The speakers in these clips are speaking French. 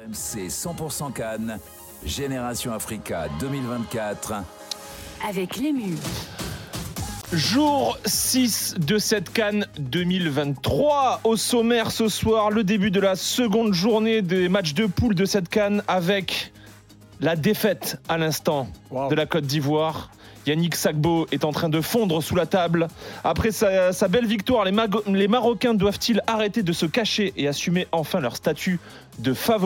C'est 100% Cannes, Génération Africa 2024. Avec l'Ému. Jour 6 de cette Cannes 2023. Au sommaire ce soir, le début de la seconde journée des matchs de poule de cette Cannes avec la défaite à l'instant de la Côte d'Ivoire. Yannick Sagbo est en train de fondre sous la table. Après sa belle victoire, les Marocains doivent-ils arrêter de se cacher et assumer enfin leur statut de favori ?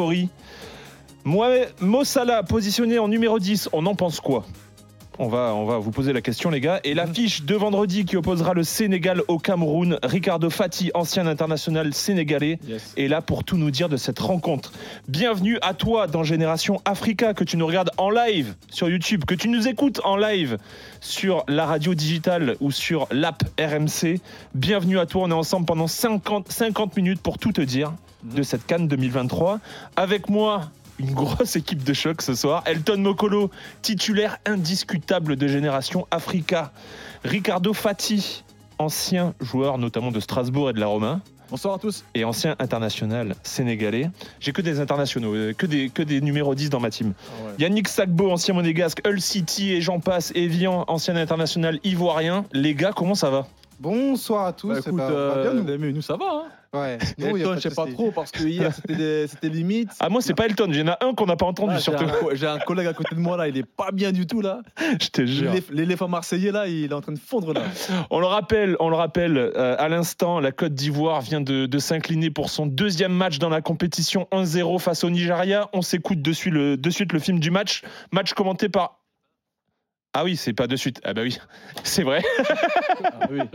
Mo Salah positionné en numéro 10, on en pense quoi ? On va vous poser la question, les gars. Et l'affiche de vendredi qui opposera le Sénégal au Cameroun, Ricardo Fati, ancien international sénégalais, est là pour tout nous dire de cette rencontre. Bienvenue à toi dans Génération Africa, que tu nous regardes en live sur YouTube, que tu nous écoutes en live sur la radio digitale ou sur l'app RMC. Bienvenue à toi, on est ensemble pendant 50 minutes pour tout te dire de cette Cannes 2023. Avec moi, une grosse équipe de choc ce soir. Elton Mokolo, titulaire indiscutable de Génération Africa. Ricardo Fati, ancien joueur notamment de Strasbourg et de la Roma. Bonsoir à tous. Et ancien international sénégalais. J'ai que des internationaux, que des numéros 10 dans ma team. Ah ouais. Yannick Sagbo, ancien monégasque, Hull City et j'en passe. Evian, ancien international ivoirien. Les gars, comment ça va ? Bonsoir à tous. Bah, écoute, nous ça va. Hein. Ouais. Elton, je sais pas trop parce que hier c'était limite. Ah, moi c'est pas Elton, il y en a un qu'on n'a pas entendu Là, surtout. J'ai un collègue à côté de moi là, il est pas bien du tout là. Je te jure. L'éléphant marseillais là, il est en train de fondre là. On le rappelle, à l'instant, la Côte d'Ivoire vient de s'incliner pour son deuxième match dans la compétition 1-0 face au Nigeria. On s'écoute de suite le film du match. Match commenté par... Ah oui, c'est pas de suite. Ah bah oui, c'est vrai. Ah, oui.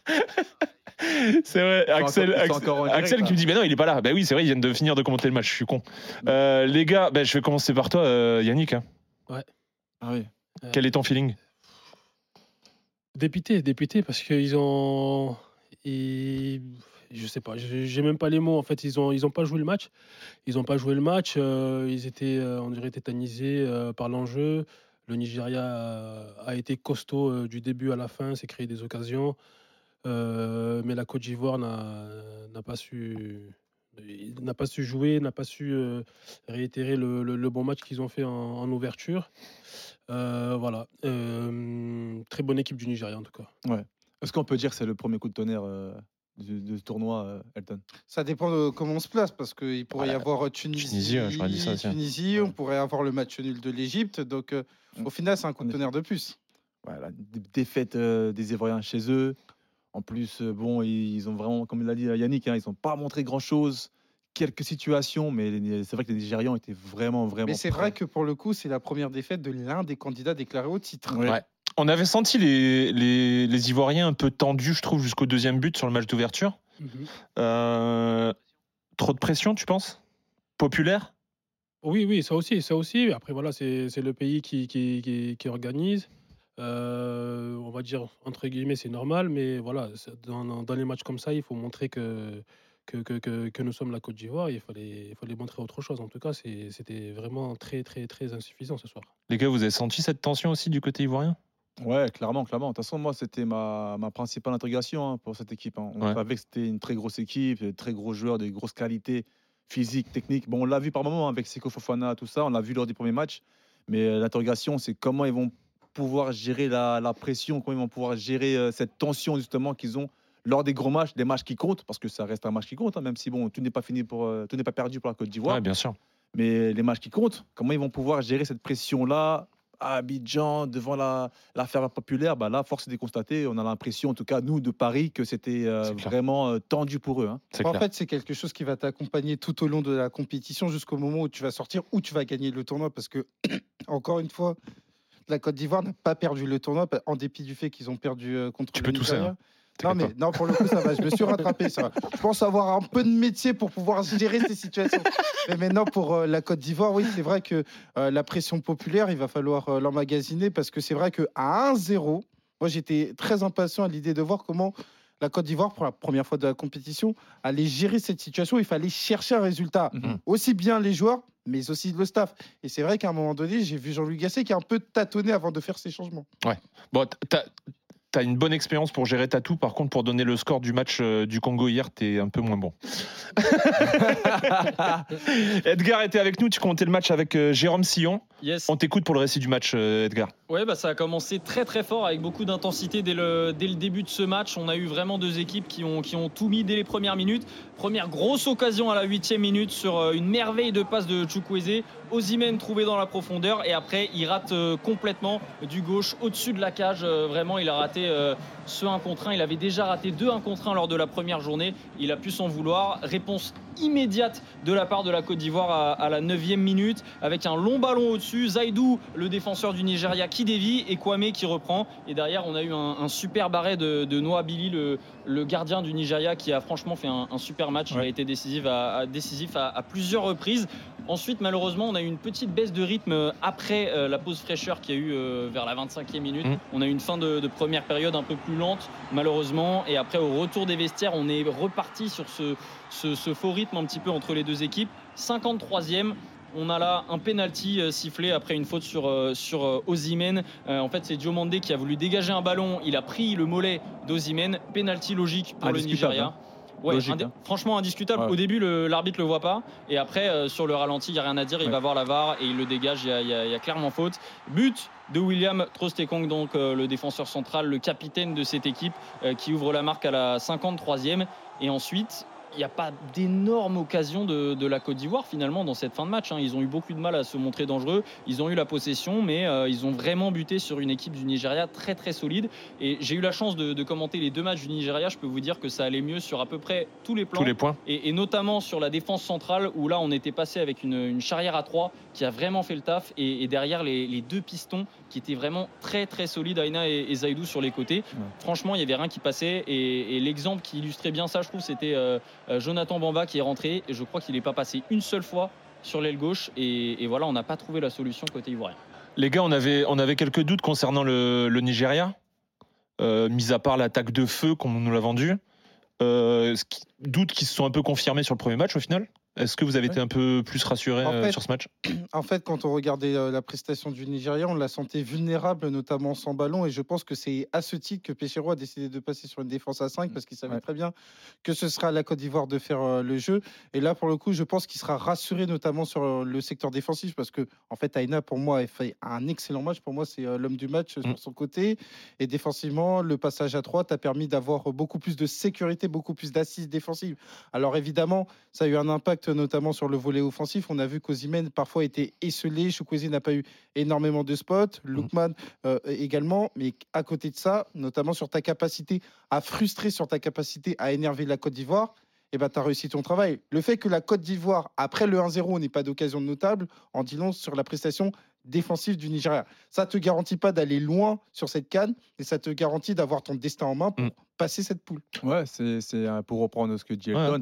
C'est vrai, Axel direct, qui me dit mais non il est pas là. Bah oui c'est vrai, ils viennent de finir de commenter le match, je suis con. Les gars, je vais commencer par toi Yannick. Ouais. Ah oui. Quel est ton feeling ? Dépité parce qu'ils ont... je sais pas, j'ai même pas les mots en fait, ils ont pas joué le match. Ils étaient on dirait tétanisés par l'enjeu. Le Nigeria a été costaud du début à la fin, s'est créé des occasions. Mais la Côte d'Ivoire n'a pas su jouer, n'a pas su réitérer le bon match qu'ils ont fait en ouverture. Voilà. Très bonne équipe du Nigeria en tout cas. Ouais. Est-ce qu'on peut dire que c'est le premier coup de tonnerre de ce tournoi, Elton ? Ça dépend de comment on se place parce qu'il pourrait y avoir Tunisie, j'aurais dit ça, tiens. on pourrait avoir le match nul de l'Égypte. Donc au final, c'est un coup de tonnerre de plus. Voilà, défaite des Ivoiriens chez eux. En plus, ils ont vraiment, comme l'a dit Yannick, ils n'ont pas montré grand-chose. Quelques situations, mais c'est vrai que les Nigérians étaient vraiment Mais c'est vrai que pour le coup, c'est la première défaite de l'un des candidats déclarés au titre. Ouais. On avait senti les Ivoiriens un peu tendus, je trouve, jusqu'au deuxième but sur le match d'ouverture. Trop de pression, tu penses ? Populaire ? Oui, ça aussi. Après, voilà, c'est le pays qui organise. On va dire, entre guillemets, c'est normal, mais voilà, dans les matchs comme ça, il faut montrer que nous sommes la Côte d'Ivoire. Il fallait montrer autre chose. En tout cas, c'était vraiment très, très, très insuffisant ce soir. Les gars, vous avez senti cette tension aussi du côté ivoirien ? Ouais, clairement. De toute façon, moi, c'était ma principale interrogation pour cette équipe. On savait que c'était une très grosse équipe, de très gros joueurs, de grosses qualités physiques, techniques. Bon, on l'a vu par moments avec Seko Fofana, tout ça. On l'a vu lors des premiers matchs. Mais l'interrogation, c'est comment ils vont pouvoir gérer la pression, comment ils vont pouvoir gérer cette tension justement qu'ils ont lors des gros matchs, des matchs qui comptent, parce que ça reste un match qui compte, même si tout n'est pas perdu pour la Côte d'Ivoire. Ouais, bien sûr. Mais les matchs qui comptent, comment ils vont pouvoir gérer cette pression-là à Abidjan, devant la ferveur populaire, là, force est de constater, on a l'impression, en tout cas, nous, de Paris, que c'était vraiment tendu pour eux. Hein. En fait, c'est quelque chose qui va t'accompagner tout au long de la compétition, jusqu'au moment où tu vas sortir, où tu vas gagner le tournoi, parce que, encore une fois, la Côte d'Ivoire n'a pas perdu le tournoi, en dépit du fait qu'ils ont perdu contre le Nigeria. Tu peux tout ça, hein. Non, pour le coup, ça va. Je me suis rattrapé, ça va. Je pense avoir un peu de métier pour pouvoir gérer ces situations. Mais maintenant, pour la Côte d'Ivoire, oui, c'est vrai que la pression populaire, il va falloir l'emmagasiner parce que c'est vrai qu'à 1-0, moi, j'étais très impatient à l'idée de voir comment la Côte d'Ivoire, pour la première fois de la compétition, allait gérer cette situation. Il fallait chercher un résultat. Aussi bien les joueurs, mais aussi le staff. Et c'est vrai qu'à un moment donné, j'ai vu Jean-Louis Gasset qui a un peu tâtonné avant de faire ses changements. Ouais. Bon, T'as une bonne expérience pour gérer Tatou. Par contre, pour donner le score du match du Congo hier, t'es un peu moins bon. Edgar était avec nous. Tu commentais le match avec Jérôme Sillon. Yes. On t'écoute pour le récit du match, Edgar. Ouais, ça a commencé très très fort avec beaucoup d'intensité dès le début de ce match. On a eu vraiment deux équipes qui ont tout mis dès les premières minutes. Première grosse occasion à la 8e minute sur une merveille de passe de Chukwueze. Osimhen trouvé dans la profondeur et après il rate complètement du gauche au-dessus de la cage. Vraiment, il a raté ce 1 contre 1. Il avait déjà raté 2 1 contre 1 lors de la première journée. Il a pu s'en vouloir. Réponse immédiate de la part de la Côte d'Ivoire à la 9e minute avec un long ballon au-dessus. Zaïdou, le défenseur du Nigeria, qui dévie et Kwame qui reprend. Et derrière, on a eu un super arrêt de Noah Billy, le gardien du Nigeria, qui a franchement fait un super match. Il a été décisif à plusieurs reprises. Ensuite, malheureusement, on a eu une petite baisse de rythme après la pause fraîcheur qu'il y a eu vers la 25e minute. On a eu une fin de première période un peu plus lente, malheureusement. Et après, au retour des vestiaires, on est reparti sur ce faux rythme un petit peu entre les deux équipes. 53e. On a là un penalty sifflé après une faute sur Osimhen. En fait, c'est Diomandé qui a voulu dégager un ballon. Il a pris le mollet d'Osimhen. Penalty logique pour le Nigeria. Ouais, logique, franchement indiscutable. Ouais. Au début, l'arbitre le voit pas. Et après, sur le ralenti, il n'y a rien à dire. Il va voir la VAR et il le dégage. Il y a clairement faute. But de William Troost-Ekong, donc le défenseur central, le capitaine de cette équipe, qui ouvre la marque à la 53e. Et ensuite, il n'y a pas d'énormes occasions de la Côte d'Ivoire finalement dans cette fin de match. Ils ont eu beaucoup de mal à se montrer dangereux. Ils ont eu la possession, mais ils ont vraiment buté sur une équipe du Nigeria très très solide. Et j'ai eu la chance de commenter les 2 matchs du Nigeria. Je peux vous dire que ça allait mieux sur à peu près tous les plans. Tous les points. Et notamment sur la défense centrale où là on était passé avec une charrière à 3 qui a vraiment fait le taf. Et derrière les 2 pistons qui étaient vraiment très très solides, Aina et Zaïdou sur les côtés. Franchement, il n'y avait rien qui passait. Et l'exemple qui illustrait bien ça, je trouve, c'était Jonathan Bamba qui est rentré et je crois qu'il n'est pas passé une seule fois sur l'aile gauche et voilà, on n'a pas trouvé la solution côté ivoirien. Les gars, on avait quelques doutes concernant le Nigeria, mis à part l'attaque de feu qu'on nous l'a vendue. Doutes qui se sont un peu confirmés sur le premier match au final. Est-ce que vous avez été un peu plus rassuré sur ce match ? En fait, quand on regardait la prestation du Nigeria, on la sentait vulnérable, notamment sans ballon. Et je pense que c'est à ce titre que Péchéro a décidé de passer sur une défense à 5 parce qu'il savait très bien que ce sera à la Côte d'Ivoire de faire le jeu. Et là, pour le coup, je pense qu'il sera rassuré, notamment sur le secteur défensif parce que, en fait, Aina, pour moi, a fait un excellent match. Pour moi, c'est l'homme du match sur son côté. Et défensivement, le passage à 3 t'a permis d'avoir beaucoup plus de sécurité, beaucoup plus d'assises défensives. Alors, évidemment, ça a eu un impact notamment sur le volet offensif. On a vu qu'Osimhen parfois était esselé. Chukwueze n'a pas eu énormément de spots. Lookman également. Mais à côté de ça, notamment sur ta capacité à frustrer, sur ta capacité à énerver la Côte d'Ivoire, tu as réussi ton travail. Le fait que la Côte d'Ivoire, après le 1-0, n'ait pas d'occasion notable, en dit long sur la prestation défensive du Nigeria. Ça ne te garantit pas d'aller loin sur cette CAN et ça te garantit d'avoir ton destin en main pour passer cette poule. Ouais, c'est pour reprendre ce que dit Elton,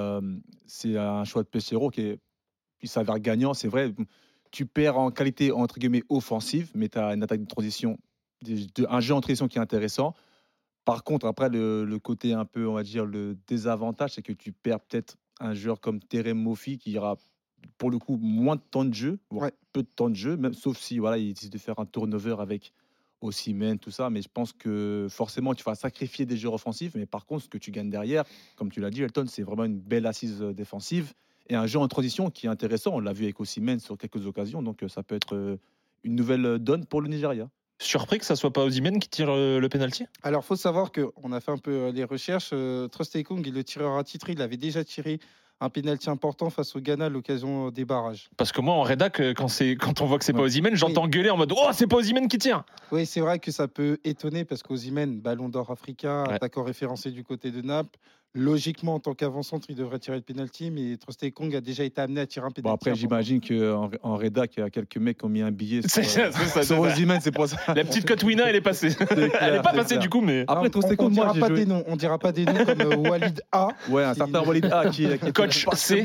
c'est un choix de Péchéro qui s'avère gagnant. C'est vrai, tu perds en qualité entre guillemets offensive, mais tu as une attaque de transition, un jeu en transition qui est intéressant. Par contre, après, le côté un peu, on va dire, le désavantage, c'est que tu perds peut-être un joueur comme Terem Moffi qui ira pour le coup moins de temps de jeu, peu de temps de jeu, même, sauf si voilà, il décide de faire un turnover avec Osimhen, tout ça. Mais je pense que forcément, tu vas sacrifier des joueurs offensifs. Mais par contre, ce que tu gagnes derrière, comme tu l'as dit, Elton, c'est vraiment une belle assise défensive et un jeu en transition qui est intéressant. On l'a vu avec Osimhen sur quelques occasions. Donc, ça peut être une nouvelle donne pour le Nigeria. Surpris que ça soit pas Osimhen qui tire le penalty ? Alors, il faut savoir qu'on a fait un peu les recherches. Troost-Ekong, le tireur attitré, il avait déjà tiré un pénalty important face au Ghana à l'occasion des barrages. Parce que moi, en rédac, quand on voit que c'est pas Osimhen, j'entends gueuler en mode « Oh, c'est pas Osimhen qui tire !» Oui, c'est vrai que ça peut étonner parce qu'Osimhen, ballon d'or africain, attaquant référencé du côté de Naples. Logiquement, en tant qu'avant-centre, il devrait tirer le penalty, mais Troost-Ekong a déjà été amené à tirer un penalty. Bon, après, j'imagine qu'en rédac, il y a quelques mecs qui ont mis un billet sur Osimhen, c'est pour ça. La petite cote Wina, elle est passée. Elle n'est pas passée du coup, mais... Après, on ne dira pas des noms comme Walid A. Ouais, un certain Walid A qui coach C.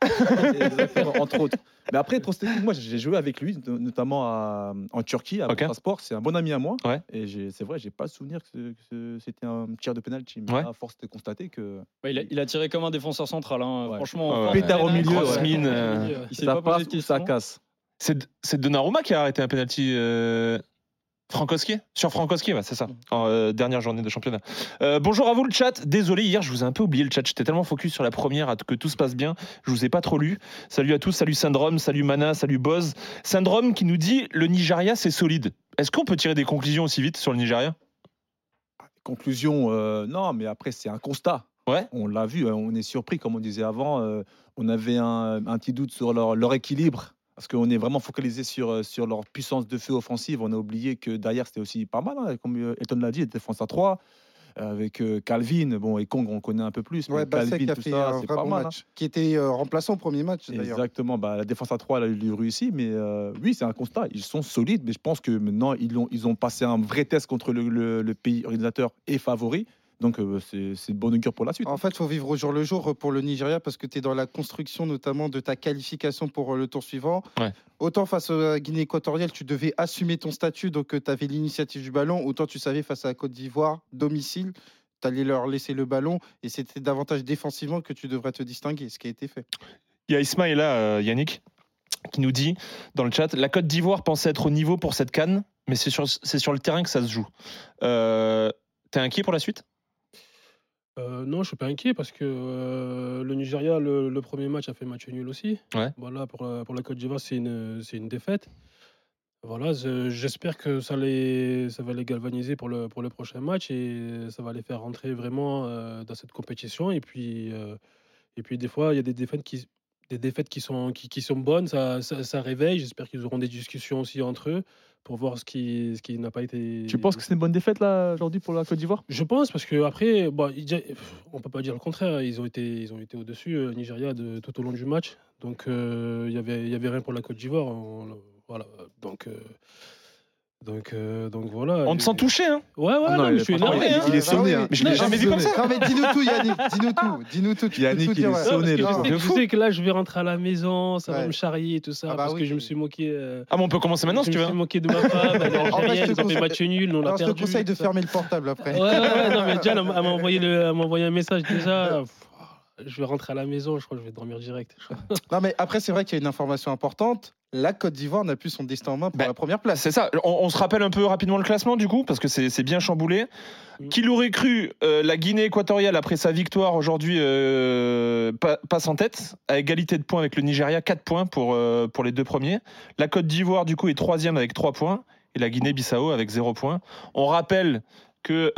Entre autres. Mais après, Troost-Ekong, moi, j'ai joué avec lui, notamment en Turquie, à Transport. C'est un bon ami à moi. Ouais. Et c'est vrai, j'ai pas souvenir que c'était un tir de penalty. Mais à force de constater que. Il a tiré comme un défenseur central. Franchement, pétard au milieu. Il s'est pas posé de questions. Ça casse. C'est Donnarumma qui a arrêté un penalty. Frankowski Sur Frankowski, ouais, c'est ça. Dernière journée de championnat. Bonjour à vous le chat. Désolé, hier je vous ai un peu oublié le chat. J'étais tellement focus sur la première à que tout se passe bien. Je vous ai pas trop lu. Salut à tous, salut Syndrome, salut Mana, salut Boz. Syndrome qui nous dit le Nigeria c'est solide. Est-ce qu'on peut tirer des conclusions aussi vite sur le Nigeria ? Conclusion, non, mais après, c'est un constat. Ouais. On l'a vu, on est surpris, comme on disait avant. On avait un petit doute sur leur équilibre, parce qu'on est vraiment focalisé sur leur puissance de feu offensive. On a oublié que derrière, c'était aussi pas mal, hein, comme Elton l'a dit, défense à 3, avec Calvin, bon, et Kong, on connaît un peu plus. Ouais, mais Bassek Calvin, a tout fait ça, un c'est vrai pas bon mal. match. Qui était remplaçant au premier match, d'ailleurs. Exactement, la défense à 3, elle a eu réussi, mais oui, c'est un constat. Ils sont solides, mais je pense que maintenant, ils ont passé un vrai test contre le pays organisateur et favori. Donc, c'est de bonne augure pour la suite. En fait, il faut vivre au jour le jour pour le Nigeria parce que tu es dans la construction notamment de ta qualification pour le tour suivant. Ouais. Autant face à la Guinée équatoriale, tu devais assumer ton statut, donc tu avais l'initiative du ballon. Autant tu savais face à la Côte d'Ivoire, domicile, tu allais leur laisser le ballon et c'était davantage défensivement que tu devrais te distinguer, ce qui a été fait. Il y a Ismaël là, Yannick, qui nous dit dans le chat la Côte d'Ivoire pensait être au niveau pour cette CAN, mais c'est sur le terrain que ça se joue. T'es inquiet pour la suite ? Non, je suis pas inquiet parce que le Nigeria, le premier match a fait match nul aussi. Ouais. Voilà, pour la Côte d'Ivoire, c'est une défaite. Voilà, j'espère que ça va les galvaniser pour le prochain match et ça va les faire rentrer vraiment dans cette compétition. Et puis des fois, il y a des défaites qui sont bonnes, ça réveille. J'espère qu'ils auront des discussions aussi entre eux pour voir ce qui n'a pas été. Tu penses que c'est une bonne défaite là aujourd'hui pour la Côte d'Ivoire ? Je pense parce que après, bon, on peut pas dire le contraire. Ils ont été au-dessus Nigeria tout au long du match. Donc il y avait rien pour la Côte d'Ivoire. Voilà. Donc voilà. On te sent touché, hein ? Ouais, Ah non, non, mais je suis franchement, énervé. il est sonné, hein. Mais je l'ai jamais vu comme ça. Non, mais dis-nous tout, Yannick. Dis-nous tout. Tu peux Yannick, tout il dire, est ouais. sonné, Parce que le je sais que là, je vais rentrer à la maison, ça va Ouais. me charrier et tout ça, Ah bah parce oui. que je me suis moqué. Ah, mais on peut commencer maintenant si tu Je veux. me suis moqué de ma femme, elle est En fait, je algérienne, te ils ont fait conseille- match nul, on l'a Non, je perdu. te conseille de tout ça. fermer le portable après. Ouais, non, mais Diane, elle m'a envoyé un message déjà. Je vais rentrer à la maison, je crois que je vais dormir direct. Non, mais après, c'est vrai qu'il y a une information importante. La Côte d'Ivoire n'a plus son destin en main pour Ben, la première place. C'est ça. On se rappelle un peu rapidement le classement du coup, parce que c'est bien chamboulé. Qui l'aurait cru, la Guinée équatoriale, après sa victoire aujourd'hui, passe en tête, à égalité de points avec le Nigeria, 4 points pour les deux premiers. La Côte d'Ivoire, du coup, est troisième avec 3 points, et la Guinée-Bissau avec 0 points. On rappelle que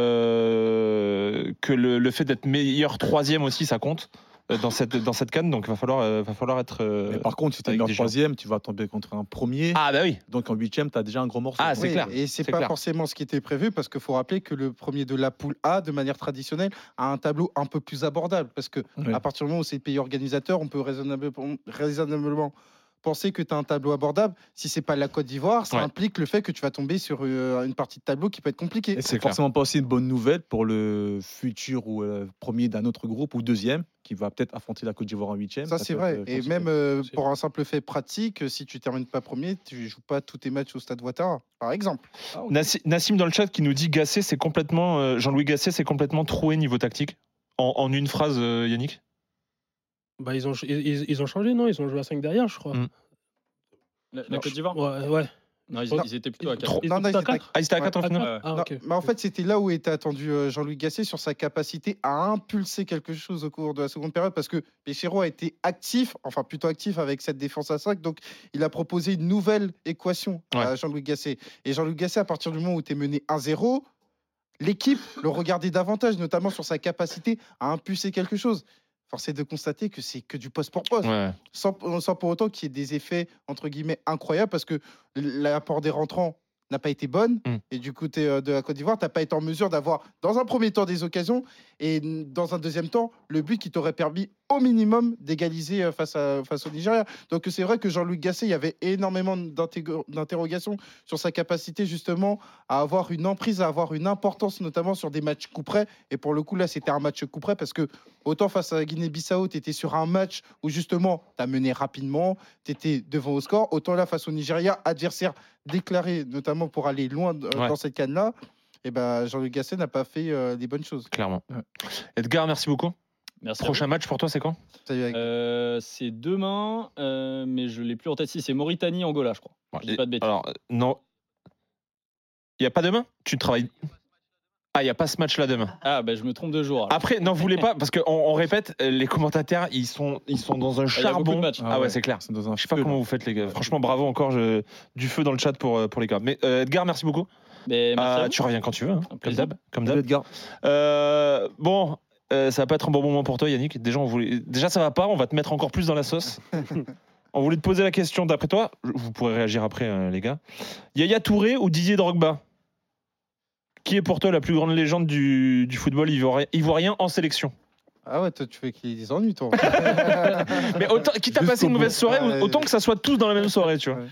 le fait d'être meilleur troisième aussi, ça compte dans cette CAN, donc il va falloir être. Mais par contre, si tu es avec meilleur des gens. troisième, tu vas tomber contre un premier. Ah bah oui. Donc en huitième, tu as déjà un gros morceau. Ah, c'est Oui, clair. Et c'est C'est pas clair. forcément ce qui était prévu parce qu'il faut rappeler que le premier de la poule A, de manière traditionnelle, a un tableau un peu plus abordable. Parce que Ouais. à partir du moment où c'est le pays organisateur, on peut raisonnablement penser que tu as un tableau abordable. Si c'est pas la Côte d'Ivoire, ça Ouais. implique le fait que tu vas tomber sur une partie de tableau qui peut être compliquée. Et C'est c'est clair. forcément pas aussi une bonne nouvelle pour le futur ou premier d'un autre groupe ou deuxième qui va peut-être affronter la Côte d'Ivoire en huitième. Ça, c'est peut vrai. être Et considéré. même C'est pour un simple fait pratique, si tu termines pas premier, tu joues pas tous tes matchs au Stade Ouattara, par exemple. Nassim dans le chat qui nous dit Gasset, c'est complètement Jean-Louis Gasset, c'est complètement troué niveau tactique. En une phrase, Yannick. Bah, ils ont changé, non? Ils ont joué à 5 derrière, je crois. La Côte d'Ivoire Ouais. Non, ils étaient plutôt à 4. Ils Non, étaient non, ils à étaient à 4. Ah, ils étaient à Ouais. 4 en finale. Ouais. Ah, Non, ok. mais en fait, c'était là où était attendu Jean-Louis Gasset sur sa capacité à impulser quelque chose au cours de la seconde période parce que Péchero a été actif, enfin plutôt actif avec cette défense à 5. Donc, il a proposé une nouvelle équation à Jean-Louis Gasset. Et Jean-Louis Gasset, à partir du moment où tu es mené 1-0, l'équipe le regardait davantage, notamment sur sa capacité à impulser quelque chose. Force est de constater que c'est que du poste pour poste. Ouais. Sans pour autant qu'il y ait des effets entre guillemets incroyables parce que l'apport des rentrants n'a pas été bonne et du côté de la Côte d'Ivoire, tu n'as pas été en mesure d'avoir dans un premier temps des occasions et dans un deuxième temps le but qui t'aurait permis au minimum d'égaliser face au Nigeria. Donc c'est vrai que Jean-Louis Gasset, il y avait énormément d'interrogations sur sa capacité justement à avoir une emprise, à avoir une importance notamment sur des matchs coup près. Et pour le coup là, c'était un match coup près parce que autant face à la Guinée-Bissau, tu étais sur un match où justement tu as mené rapidement, tu étais devant au score, autant là face au Nigeria, adversaire déclaré notamment pour aller loin dans cette canne-là, et ben Jean-Luc Gasset n'a pas fait les bonnes choses. Clairement. Edgar, merci beaucoup. Merci. Prochain match pour toi, c'est quand? Salut, avec- C'est demain, mais je l'ai plus en tête. Si, c'est Mauritanie-Angola, je crois. Je dis pas de bêtises. Alors, non. Il n'y a pas demain ? Tu travailles. Ah, il n'y a pas ce match-là demain. Ah, je me trompe de jour. Alors. Après, n'en voulez pas, parce qu'on répète, les commentateurs, ils sont dans un Il y a beaucoup de charbon. matchs. Ah ouais, c'est clair. C'est dans un Je sais pas feu, comment là. vous faites, les gars. Franchement, bravo encore. Du feu dans le chat pour les gars. Mais Edgar, merci beaucoup. Mais merci à vous. Tu reviens quand tu veux, hein, Un comme plaisir. d'hab. Comme Salut, d'hab. Edgar. Bon, ça va pas être un bon moment pour toi, Yannick. Déjà, ça va pas. On va te mettre encore plus dans la sauce. On voulait te poser la question d'après toi. Vous pourrez réagir après, les gars. Yaya Touré ou Didier Drogba ? Qui est pour toi la plus grande légende du football ivoirien en sélection ? Ah ouais, toi, tu veux qu'il y ait des ennuis, toi. Mais autant, quitte à passer une mauvaise soirée, Ouais. autant que ça soit tous dans la même soirée, tu vois. Ouais.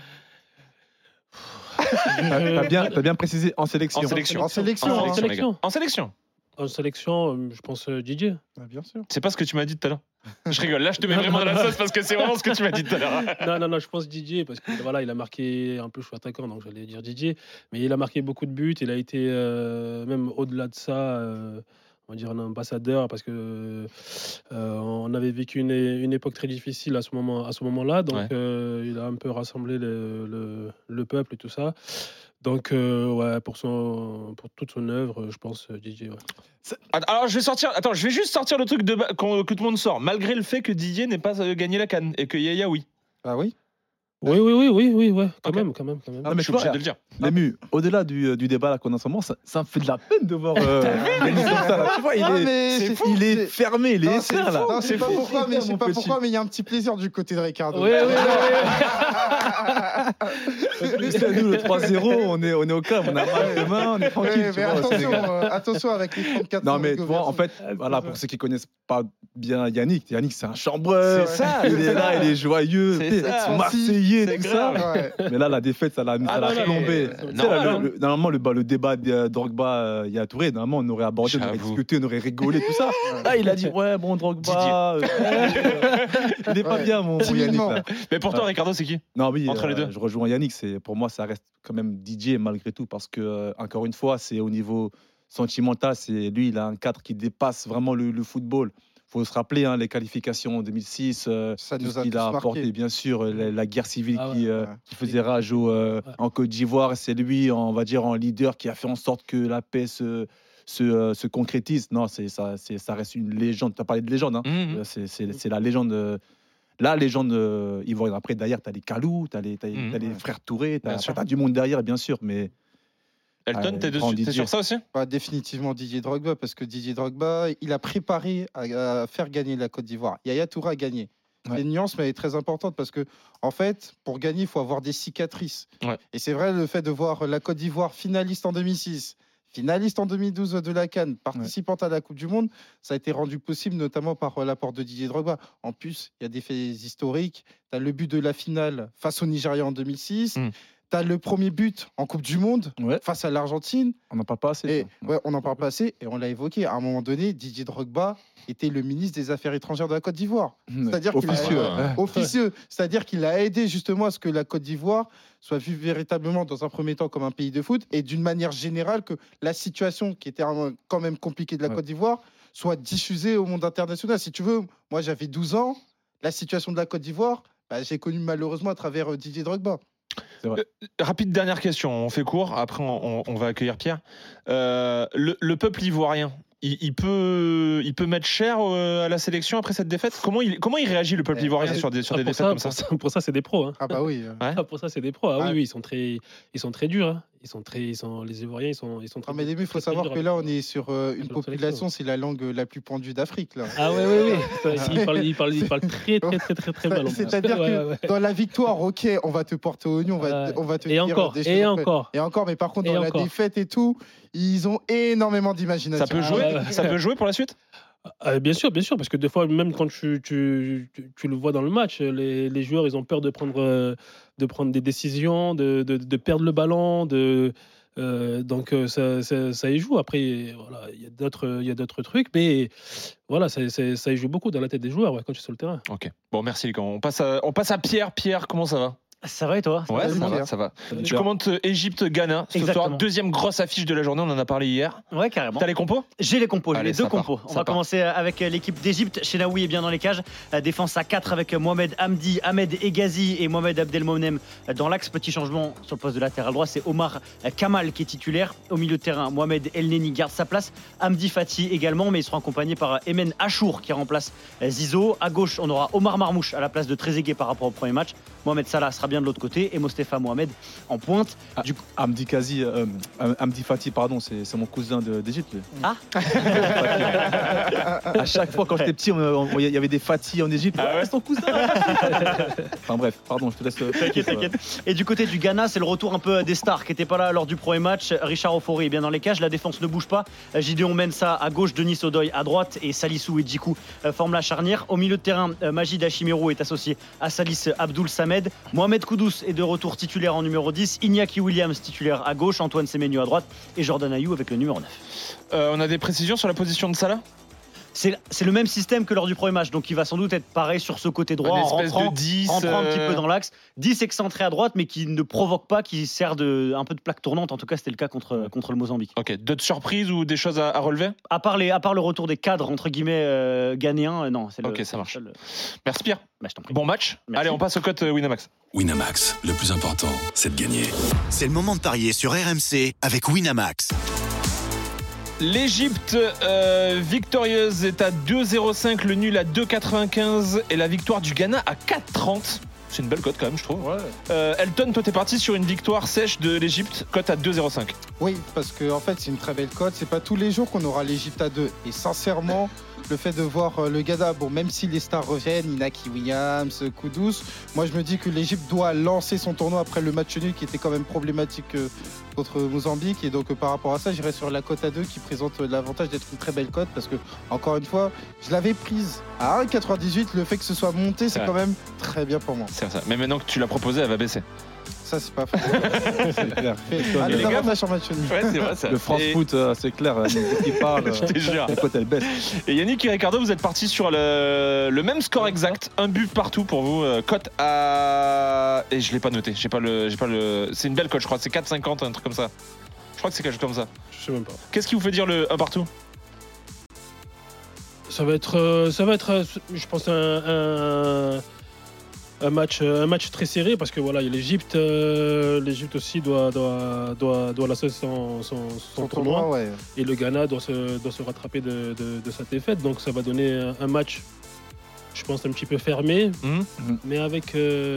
T'as bien précisé en sélection. En sélection. En sélection, En hein. sélection, les gars. sélection. En sélection. En sélection, je pense Didier. Ah, bien sûr. C'est pas ce que tu m'as dit tout à l'heure. Je rigole. Là, je te mets vraiment dans la sauce parce que c'est vraiment ce que tu m'as dit tout à l'heure. Non, je pense Didier parce que voilà, il a marqué un peu, je suis attaquant, donc j'allais dire Didier, mais il a marqué beaucoup de buts. Il a été même au-delà de ça, on va dire un ambassadeur parce que on avait vécu une époque très difficile à ce moment-là, donc il a un peu rassemblé le peuple et tout ça. Donc ouais, pour toute son œuvre, je pense Didier. Ouais. Alors, je vais juste sortir le truc que tout le monde sort, malgré le fait que Didier n'ait pas gagné la CAN et que Yaya, oui. Ah oui. Oui, ouais, quand Ok. même. Ah, mais mais je suis tu vois, obligé de le dire. Lému, au-delà du débat là qu'on a en ce moment, ça me fait de la peine de voir Yannick comme ça. Là. Tu vois, Ah, mais il est fermé, il est Non, c'est éteint là. non, je sais C'est pas fou. pourquoi, mais je sais Mon pas petit. pourquoi, mais il y a un petit plaisir du côté de Ricardo. Oui. C'est nous le 3-0, on est au calme, on a mal demain, on est tranquille. Ouais, tu mais vois, au Sénégal. attention avec les 34 Non mais tu vois, en fait, voilà, pour ceux qui connaissent pas bien Yannick c'est un chambreur. C'est ça, Il est là, il est joyeux, C'est tu sais, ça. marseillais, C'est tout ça. Ouais. Mais là, la défaite, ça l'a non, plombé. mais- Tu sais, là, normal, normalement, le débat de Drogba, Yaya Touré, normalement, on aurait abordé, on aurait J'avoue. discuté, on aurait rigolé, tout ça. Là, il a dit, ouais, bon, Drogba, il est pas Ouais. bien, mon Yannick. Timidement. Là. Mais pour toi, Ricardo, c'est qui ? Non, oui, Entre les deux. je rejoins Yannick. Pour moi, ça reste quand même Didier malgré tout parce que, encore une fois, c'est au niveau sentimental. Lui, il a un cadre qui dépasse vraiment le football. Il faut se rappeler les qualifications en 2006, Ça tout nous ce a qu'il tous a marqué. apporté, bien sûr, la guerre civile Ah ouais, qui faisait rage en Côte d'Ivoire. C'est lui, on va dire, en leader qui a fait en sorte que la paix se concrétise. Non, ça reste une légende. Tu as parlé de légende, hein. Mhm. C'est la légende. La légende ivoirienne. Après, derrière, tu as les Kalou, tu as les frères Touré, tu Bien sûr. as du monde derrière, bien sûr. Mais Elton, t'es prends dessus, t'es Didier. sur ça aussi ? Bah, définitivement Didier Drogba, parce que Didier Drogba, il a préparé à faire gagner la Côte d'Ivoire. Yaya Touré a gagné. Ouais. C'est une nuance, mais elle est très importante parce que, en fait, pour gagner, il faut avoir des cicatrices. Ouais. Et c'est vrai, le fait de voir la Côte d'Ivoire finaliste en 2006, finaliste en 2012 de la CAN, participante à la Coupe du Monde, ça a été rendu possible notamment par l'apport de Didier Drogba. En plus, il y a des faits historiques. Tu as le but de la finale face au Nigeria en 2006. Mm. Tu as le premier but en Coupe du Monde Ouais. face à l'Argentine. on n'en parle pas assez. Et, ça. ouais, on n'en parle pas assez et on l'a évoqué. À un moment donné, Didier Drogba était le ministre des Affaires étrangères de la Côte d'Ivoire. C'est-à-dire qu'il a- Officieux. Ouais. Officieux. C'est-à-dire qu'il a aidé justement à ce que la Côte d'Ivoire soit vue véritablement dans un premier temps comme un pays de foot et d'une manière générale que la situation qui était quand même compliquée de la Ouais. Côte d'Ivoire soit diffusée au monde international. Si tu veux, moi j'avais 12 ans, la situation de la Côte d'Ivoire, j'ai connu malheureusement à travers Didier Drogba. Rapide dernière question, on fait court, après on va accueillir Pierre. Le peuple ivoirien, il peut mettre cher à la sélection après cette défaite ? Comment il réagit le peuple ivoirien sur des défaites comme ça ? Pour ça, c'est des pros. Hein. Ah bah oui. Pour ça, c'est des pros. Ah Ouais. oui, ils sont très durs. Hein. Les Ivoiriens, ils sont très. Ah, mais il faut très savoir durs que avec- là, on est sur une avec leur population, c'est la langue la plus pendue d'Afrique. Là. Ah oui. Il parle très mal. en plus. C'est-à-dire Ouais. que dans la victoire, ok, on va te porter au nu, on va te Et dire encore, des et choses encore. Et encore, mais par contre, Et dans la encore. défaite et tout, ils ont énormément d'imagination. Ça peut Ah jouer ouais. Ça peut jouer pour la suite ? Bien sûr, parce que des fois, même quand tu le vois dans le match, les joueurs, ils ont peur de prendre des décisions, de perdre le ballon, donc ça y joue. Après, voilà, il y a d'autres trucs, mais voilà, ça y joue beaucoup dans la tête des joueurs quand tu es sur le terrain. Ok. Bon, merci les gars. On passe à Pierre. Pierre, comment ça va ? Ça va et toi? Ouais, va, ça va. Tu Super. commentes Égypte-Ghana ce soir, Exactement. deuxième grosse affiche de la journée, on en a parlé hier. Ouais, carrément. T'as les compos? J'ai les compos, j'ai Allez, les deux ça part, compos. On ça va part. commencer avec l'équipe d'Égypte. Chenaoui est bien dans les cages. Défense à 4 avec Mohamed Hamdi, Ahmed Egazi et Mohamed Abdelmonem dans l'axe. Petit changement sur le poste de latéral droit, c'est Omar Kamal qui est titulaire. Au milieu de terrain, Mohamed El-Neni garde sa place. Hamdi Fati également, mais ils seront accompagnés par Emen Achour qui remplace Zizo. À gauche, on aura Omar Marmouche à la place de Trezeguet par rapport au premier match. Mohamed Salah sera bien de l'autre côté et Mostefa Mohamed en pointe. Du coup, Hamdi Fati, pardon, c'est mon cousin d'Égypte. lui. Ah. À chaque fois, quand j'étais petit, il y avait des Fati en Égypte. Ah ouais, c'est ton cousin. Enfin bref, pardon, je te laisse. T'inquiète. Et du côté du Ghana, c'est le retour un peu des stars qui n'étaient pas là lors du premier match. Richard Ofori est bien dans les cages. La défense ne bouge pas. Gideon Mensah à gauche, Denis Odoy à droite et Salissou et Djikou forment la charnière. Au milieu de terrain, Majid Hachimérou est associé à Salis Abdoul Samed. Mohamed Koudous est de retour titulaire en numéro 10. Iñaki Williams titulaire à gauche. Antoine Semenyo à droite. Et Jordan Ayou avec le numéro 9. On a des précisions sur la position de Salah? C'est le même système que lors du premier match. Donc il va sans doute être pareil sur ce côté droit Une en espèce rentrant, de 10, rentrant un petit peu dans l'axe. 10 excentré à droite mais qui ne provoque pas, qui sert un peu de plaque tournante. En tout cas, c'était le cas contre le Mozambique. Ok, d'autres surprises ou des choses à relever? À part le retour des cadres, entre guillemets, ghanéens, non. C'est Ok, ça marche. Merci Pierre. Bah, je t'en prie. Bon match. Merci. Allez, on passe au cote Winamax. Winamax, le plus important, c'est de gagner. C'est le moment de parier sur RMC avec Winamax. L'Égypte victorieuse est à 2,05, le nul à 2,95 et la victoire du Ghana à 4,30. C'est une belle cote quand même, je trouve. Ouais. Elton, toi t'es parti sur une victoire sèche de l'Égypte, cote à 2,05. Oui, parce que en fait, c'est une très belle cote. C'est pas tous les jours qu'on aura l'Égypte à 2. Et sincèrement, le fait de voir le Ghana, bon, même si les stars reviennent, Inaki Williams, Koudous, moi je me dis que l'Égypte doit lancer son tournoi après le match nul qui était quand même problématique contre Mozambique. Et donc par rapport à ça, j'irai sur la cote à 2 qui présente l'avantage d'être une très belle cote parce que, encore une fois, je l'avais prise à 1,98. Le fait que ce soit monté, c'est Ouais. quand même très bien pour moi. C'est ça. Mais maintenant que tu l'as proposé, elle va baisser. Ça, c'est pas faux. C'est clair. Ah, les les gars, avantages sur match nul. Ouais, c'est vrai ça. Le France Et- Foot, c'est clair. Qui parle. Je te jure. La cote, elle baisse. Et Yannick et Ricardo, vous êtes partis sur le même score exact, un but partout pour vous, cote à... Et je l'ai pas noté, j'ai pas le... C'est une belle cote, je crois, c'est 4,50, un truc comme ça. Je crois que c'est quelque chose comme ça. Je sais même pas. Qu'est-ce qui vous fait dire le 1 partout? Ça va être, je pense, un match très serré parce que voilà, l'Égypte aussi doit lancer son tournoi ouais. et le Ghana doit se rattraper de sa défaite. Donc ça va donner un match, je pense, un petit peu fermé, mais avec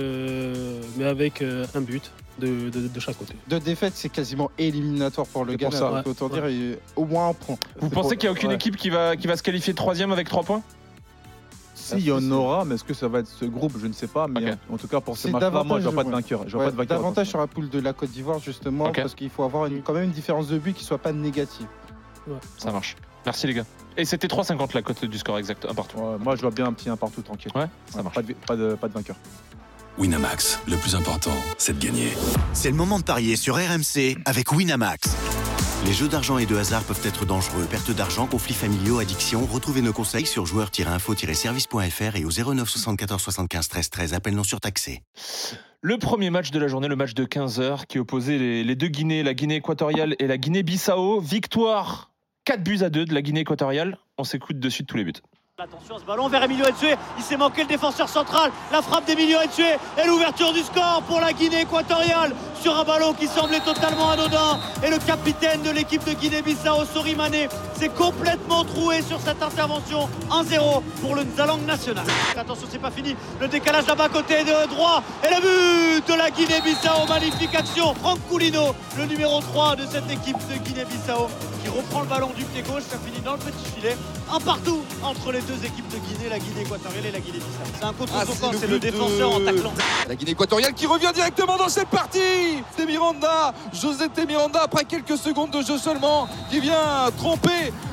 un but de chaque côté. Deux défaites, c'est quasiment éliminatoire pour le C'est pour Ghana. ça. Donc, autant dire, au moins un point. Vous pensez qu'il n'y a aucune équipe qui va se qualifier 3ème avec 3 points? Si, il y en aura, mais est-ce que ça va être ce groupe? Je ne sais pas. Mais Ok. en tout cas, pour ce C'est match-là, moi, je davantage, vois pas de ouais. vainqueur. Je vois Ouais, pas de vainqueur. davantage sur la poule de la Côte d'Ivoire, justement, Ok. parce qu'il faut avoir quand même une différence de but qui soit pas négative. Ça marche. Merci les gars. Et c'était 3,50 la cote du score exact, un partout. Ouais, moi, je vois bien un petit 1 partout, tranquille. Ouais, ça marche. Pas de vainqueur. Winamax, le plus important, c'est de gagner. C'est le moment de parier sur RMC avec Winamax. Les jeux d'argent et de hasard peuvent être dangereux. Perte d'argent, conflits familiaux, addiction. Retrouvez nos conseils sur joueurs-info-service.fr et au 09 74 75 13 13. Appel non surtaxé. Le premier match de la journée, le match de 15h qui opposait les deux Guinées, la Guinée équatoriale et la Guinée-Bissau. Victoire 4-2 de la Guinée équatoriale. On s'écoute de suite tous les buts. Attention à ce ballon vers Emilio Etsue, il s'est manqué le défenseur central, la frappe d'Emilio Etsue et l'ouverture du score pour la Guinée équatoriale sur un ballon qui semblait totalement anodin et le capitaine de l'équipe de Guinée-Bissau, Sori Mané, s'est complètement troué sur cette intervention. 1-0 pour le Nzalang national. Attention, c'est pas fini, le décalage là-bas côté de droit et le but de la Guinée-Bissau, magnifique action. Franck Coulino, le numéro 3 de cette équipe de Guinée-Bissau qui reprend le ballon du pied gauche, ça finit dans le petit filet. Un partout entre les deux équipes de Guinée, la Guinée équatoriale et la Guinée-Bissau. C'est un contre-sens, c'est le défenseur en taclant. La Guinée équatoriale qui revient directement dans cette partie. José Temiranda, après quelques secondes de jeu seulement, qui vient tromper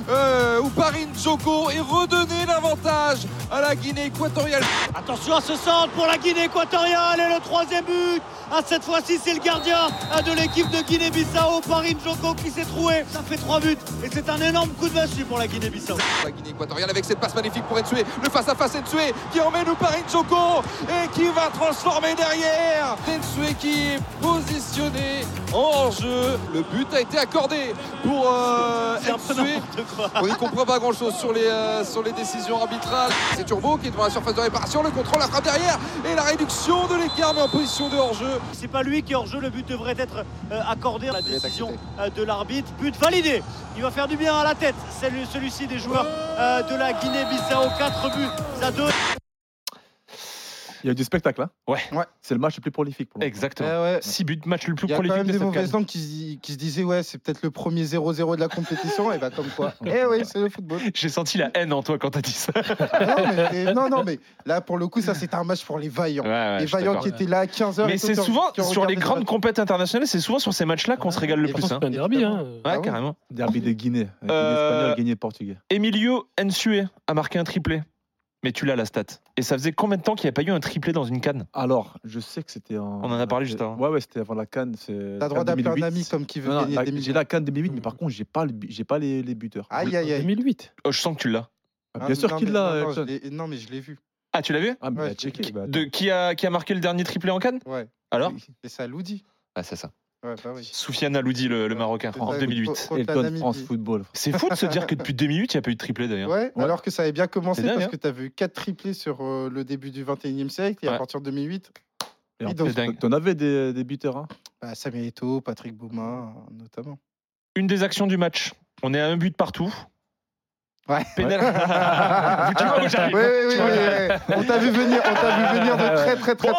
ou Paris Njoko et redonner l'avantage à la Guinée équatoriale. Attention à ce centre pour la Guinée équatoriale et le 3e but. Cette fois-ci, c'est le gardien de l'équipe de Guinée-Bissau, Paris Njoko, qui s'est troué. Ça fait 3 buts et c'est un énorme coup de massue pour la Guinée-Bissau. La Guinée équatoriale avec cette passe magnifique pour Nsue, le face-à-face Nsue qui emmène Paris Njoko et qui va transformer derrière. Nsue qui est positionné en jeu. Le but a été accordé pour Nsue. On n'y comprend pas grand-chose sur les décisions arbitrales. C'est Turbo qui est devant la surface de réparation, le contrôle, la frappe derrière et la réduction de l'écart, mais en position de hors-jeu. C'est pas lui qui est hors-jeu, le but devrait être accordé à la décision de l'arbitre. But validé. Il va faire du bien à la tête. C'est celui-ci des joueurs de la Guinée-Bissau. 4 buts à 2. Il y a eu du spectacle, hein. Ouais. C'est le match le plus prolifique pour moi. Exactement. 6 buts, match le plus prolifique. Il y a quand même de des cette mauvaises CAN. langues qui se disaient ouais, c'est peut-être le premier 0-0 de la compétition. Et bah comme quoi. Oui, c'est le football. J'ai senti la haine en toi quand t'as dit ça. Non, mais là pour le coup, ça c'était un match pour les vaillants. Ouais, les vaillants qui étaient là à 15h. Mais c'est souvent sur les grandes compétitions internationales, c'est souvent sur ces matchs-là qu'on se régale le plus. C'est un derby. Hein. Ouais, carrément. Derby de Guinée. Guinée espagnole, Guinée portugais. Emilio Nsue a marqué un triplé. Mais tu l'as la stat. Et ça faisait combien de temps qu'il n'y a pas eu un triplé dans une CAN? Alors, je sais que c'était en. On en a parlé juste avant. Ouais, c'était avant la CAN. T'as le droit d'appeler un ami comme qui veut gagner des millions. J'ai la CAN 2008, mais par contre, j'ai pas les buteurs. Aïe, aïe, aïe. 2008. Oh, je sens que tu l'as. Bien sûr qu'il l'a. Non, mais je l'ai vu. Ah, tu l'as vu? Ah, mais Ouais, checké. Qui a marqué le dernier triplé en CAN? Ouais. Alors? Et ça Loudi. Ah, c'est ça. Ouais, bah oui. Soufiane Aloudi, le Marocain, en 2008. Elton France Football. C'est fou de se dire que depuis 2008, il n'y a pas eu de triplé d'ailleurs. Ouais, alors que ça avait bien commencé C'est dingue, parce hein. que tu avais eu 4 triplés sur le début du 21e siècle et à partir de 2008. Et en donc, plus, t'en avais des buteurs. Hein. Samuel Eto'o, Patrick Bouma, notamment. Une des actions du match. On est à un but partout. Ouais. Pénal... tu vois où j'arrive. Oui. On t'a vu venir de très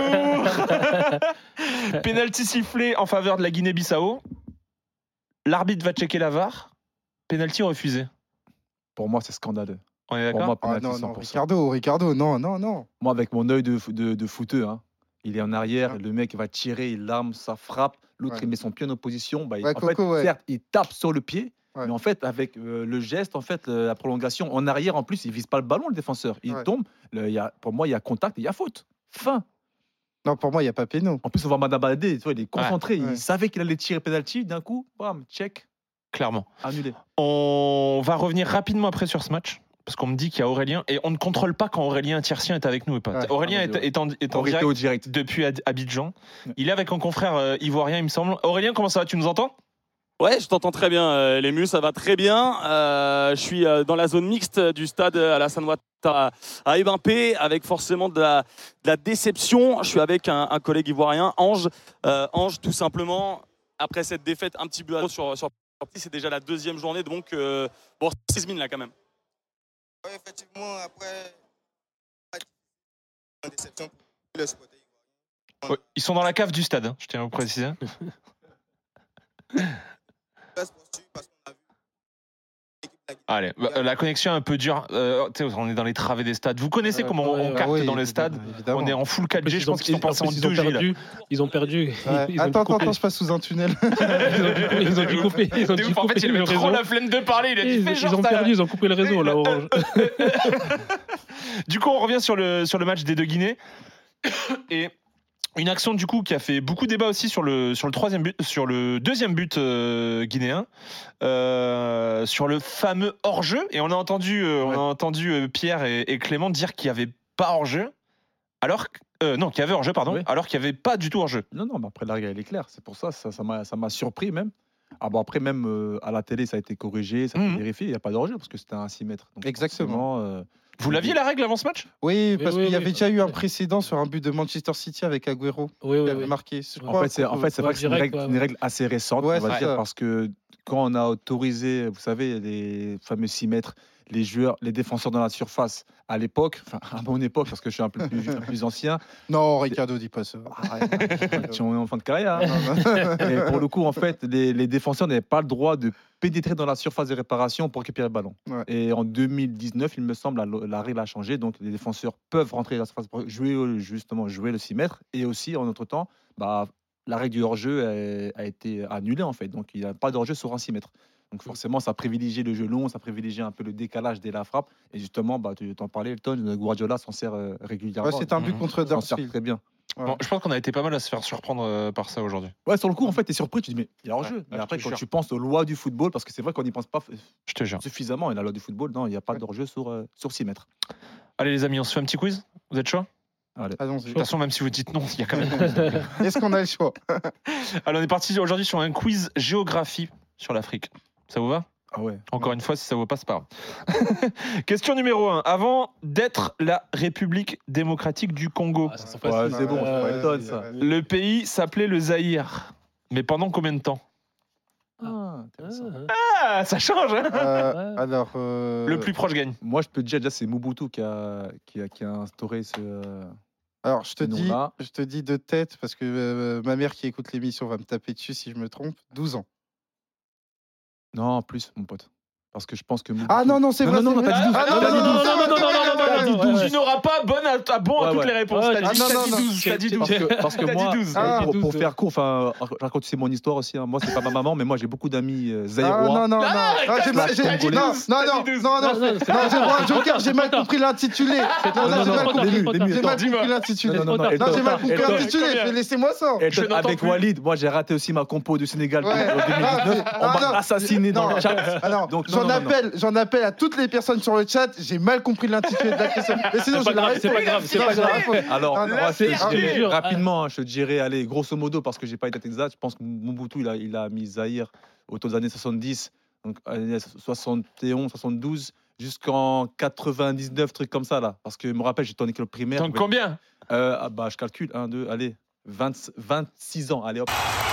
loin. Pénalty sifflé en faveur de la Guinée-Bissau. L'arbitre va checker la VAR. Pénalty refusé. Pour moi, c'est scandaleux. On est Pour moi, d'accord? pénalty Non, 100%. Ricardo, non. Moi, avec mon œil de footeux, hein, il est en arrière, le mec va tirer, il arme, ça frappe. L'autre, il met son pied en opposition. Bah, certes, il tape sur le pied. Ouais. Mais en fait, avec le geste, en fait, la prolongation en arrière, en plus, il vise pas le ballon, le défenseur. Il tombe. Pour moi, il y a contact, il y a faute. Fin. Non, pour moi, il n'y a pas péno. En plus, on voit Madame Baladé, tu vois, il est concentré. Il savait qu'il allait tirer penalty. D'un coup, bam, check. Clairement. Annulé. On va revenir rapidement après sur ce match. Parce qu'on me dit qu'il y a Aurélien. Et on ne contrôle pas quand Aurélien Tiercien est avec nous ou pas. Ouais. Aurélien est en direct depuis Abidjan. Il est avec un confrère ivoirien, il me semble. Aurélien, comment ça va? Tu nous entends? Ouais, je t'entends très bien, Lému, ça va très bien. Je suis dans la zone mixte du stade Alassane Ouattara à Ébimpé, avec forcément de la déception. Je suis avec un collègue ivoirien, Ange. Ange, tout simplement, après cette défaite un petit peu sur c'est déjà la deuxième journée, donc bon, c'est mine là quand même. Oui, effectivement, après une déception pour le supporter ivoirien. Ouais, ils sont dans la cave du stade, hein, je tiens à vous préciser. Allez, la connexion est un peu dure. On est dans les travées des stades. Vous connaissez comment on capte dans les stades? Évidemment. On est en full 4G. Je pense qu'ils sont passés en 2G. Ils ont perdu. Attends, je passe sous un tunnel. Ils ont dû couper. En fait, il avait trop la flemme de parler. Il a dit, ils ont perdu, ils ont coupé le réseau là, Orange. Du coup, on revient sur le match des deux Guinées. Et une action du coup qui a fait beaucoup débat aussi sur le troisième but, sur le deuxième but guinéen, sur le fameux hors-jeu. Et on a entendu Pierre et Clément dire qu'il n'y avait pas hors-jeu, alors non, qu'il y avait hors-jeu, pardon, alors qu'il n'y avait pas du tout hors-jeu. Non, mais après la règle elle est claire. C'est pour ça m'a surpris même. Ah bon, après même à la télé ça a été corrigé, ça a été vérifié, il n'y a pas d'heur-jeu parce que c'était un 6 mètres. Donc, exactement. Vous l'aviez la règle avant ce match? Oui, parce qu'il y avait déjà eu un précédent sur un but de Manchester City avec Agüero. Oui. Marqué. En fait, c'est vrai que c'est une règle assez récente, on va dire, parce que quand on a autorisé, vous savez, les fameux 6 mètres, les défenseurs dans la surface à l'époque, enfin à mon époque, parce que je suis un peu plus ancien. Non, Ricardo dit pas ça. Tu es en fin de carrière. Et pour le coup, en fait, les défenseurs n'avaient pas le droit de pénétrer dans la surface de réparation pour récupérer le ballon. Ouais. Et en 2019, il me semble, la règle a changé. Donc, les défenseurs peuvent rentrer dans la surface pour jouer le 6 mètres. Et aussi, en notre temps, la règle du hors-jeu a été annulée, en fait. Donc, il n'y a pas d'hors-jeu sur un 6 mètres. Donc forcément, ça privilégie le jeu long, ça privilégie un peu le décalage dès la frappe. Et justement, tu t'en parlais, Elton, Guardiola s'en sert régulièrement. Ouais, c'est un but contre Il s'en sert Huddersfield. très bien. Bon, je pense qu'on a été pas mal à se faire surprendre par ça aujourd'hui. Ouais, sur le coup, en fait, t'es surpris, tu te dis, mais il y a hors-jeu. Mais je après, te quand jure. tu penses aux lois du football, parce que c'est vrai qu'on n'y pense pas Je te jure. suffisamment, et la loi du football, non, il n'y a pas d'hors-jeu sur 6 mètres. Allez les amis, on se fait un petit quiz. Vous êtes chaud? Allez. De Allons-y. toute façon, même si vous dites non, il y a quand même. Est-ce qu'on a le choix? Alors, on est parti aujourd'hui sur un quiz géographie sur l'Afrique. Ça vous va? Ah ouais. Encore une fois, si ça ne vaut pas, c'est pas grave. Question numéro 1. Avant d'être la République démocratique du Congo, Ah, ça, c'est Ouais, facile. c'est bon, c'est pas Vas-y, Elton, ça. vas-y. le pays s'appelait le Zaïre. Mais pendant combien de temps? Ah, intéressant. Ah, ça change, hein? Alors. Le plus proche gagne. Moi, je peux te dire, déjà, c'est Mobutu qui a instauré ce. Alors, je te nom-là. dis de tête, parce que ma mère qui écoute l'émission va me taper dessus si je me trompe. 12 ans. Non, plus, mon pote. Parce que je pense que. Ah non, non, c'est vrai. non, c'est vrai. t'as dit 12. Ah non, T'as dit non, 12. non, non, non, non, non, non, non, Tu n'auras pas bon à Ouais, toutes ouais. les réponses. Ouais, T'as dit ah, non, non, 12. T'as dit 12. Parce que T'as moi, dit 12. Ah, pour 12. faire court, enfin, raconte mon histoire aussi. Hein. Moi, c'est pas ma maman, mais moi, j'ai beaucoup d'amis Ah, zaïrois. non, non, non. Ah, Non, j'ai t'as dit non, 12, non, t'as non, dit 12. non, non, Non, non, c'est pas j'ai grave. un joker, C'est j'ai pas mal grave. compris l'intitulé. Non, non, j'ai non, mal non, compris. les murs, J'ai mal dis-moi. compris l'intitulé. Non, non, non, Non, j'ai mal Elton, compris Elton. l'intitulé. Combien Laissez-moi ça. Je n'entends Avec plus. Walid, moi, j'ai raté aussi ma compo du Sénégal Ouais. en 2019. Ah, On non. m'a assassiné dans Non, le chat. alors, Donc, non, non, non. j'en appelle à toutes les personnes sur le chat. J'ai mal compris l'intitulé de la question. Mais sinon, C'est j'ai pas la grave, c'est pas réponse. grave, c'est Non, pas j'ai la grave. réponse. Alors, Ah, non, moi, je te je te dirais jure. rapidement, je te dirais, allez, grosso modo, parce que j'ai pas été exact, je pense que Mobutu, il a mis Zaïre autour des années 70, donc années 71, 72, jusqu'en 99, truc comme ça, là. Parce que je me rappelle, j'étais en école primaire. Donc combien? Je calcule, 1, 2, allez, 26 ans, allez hop.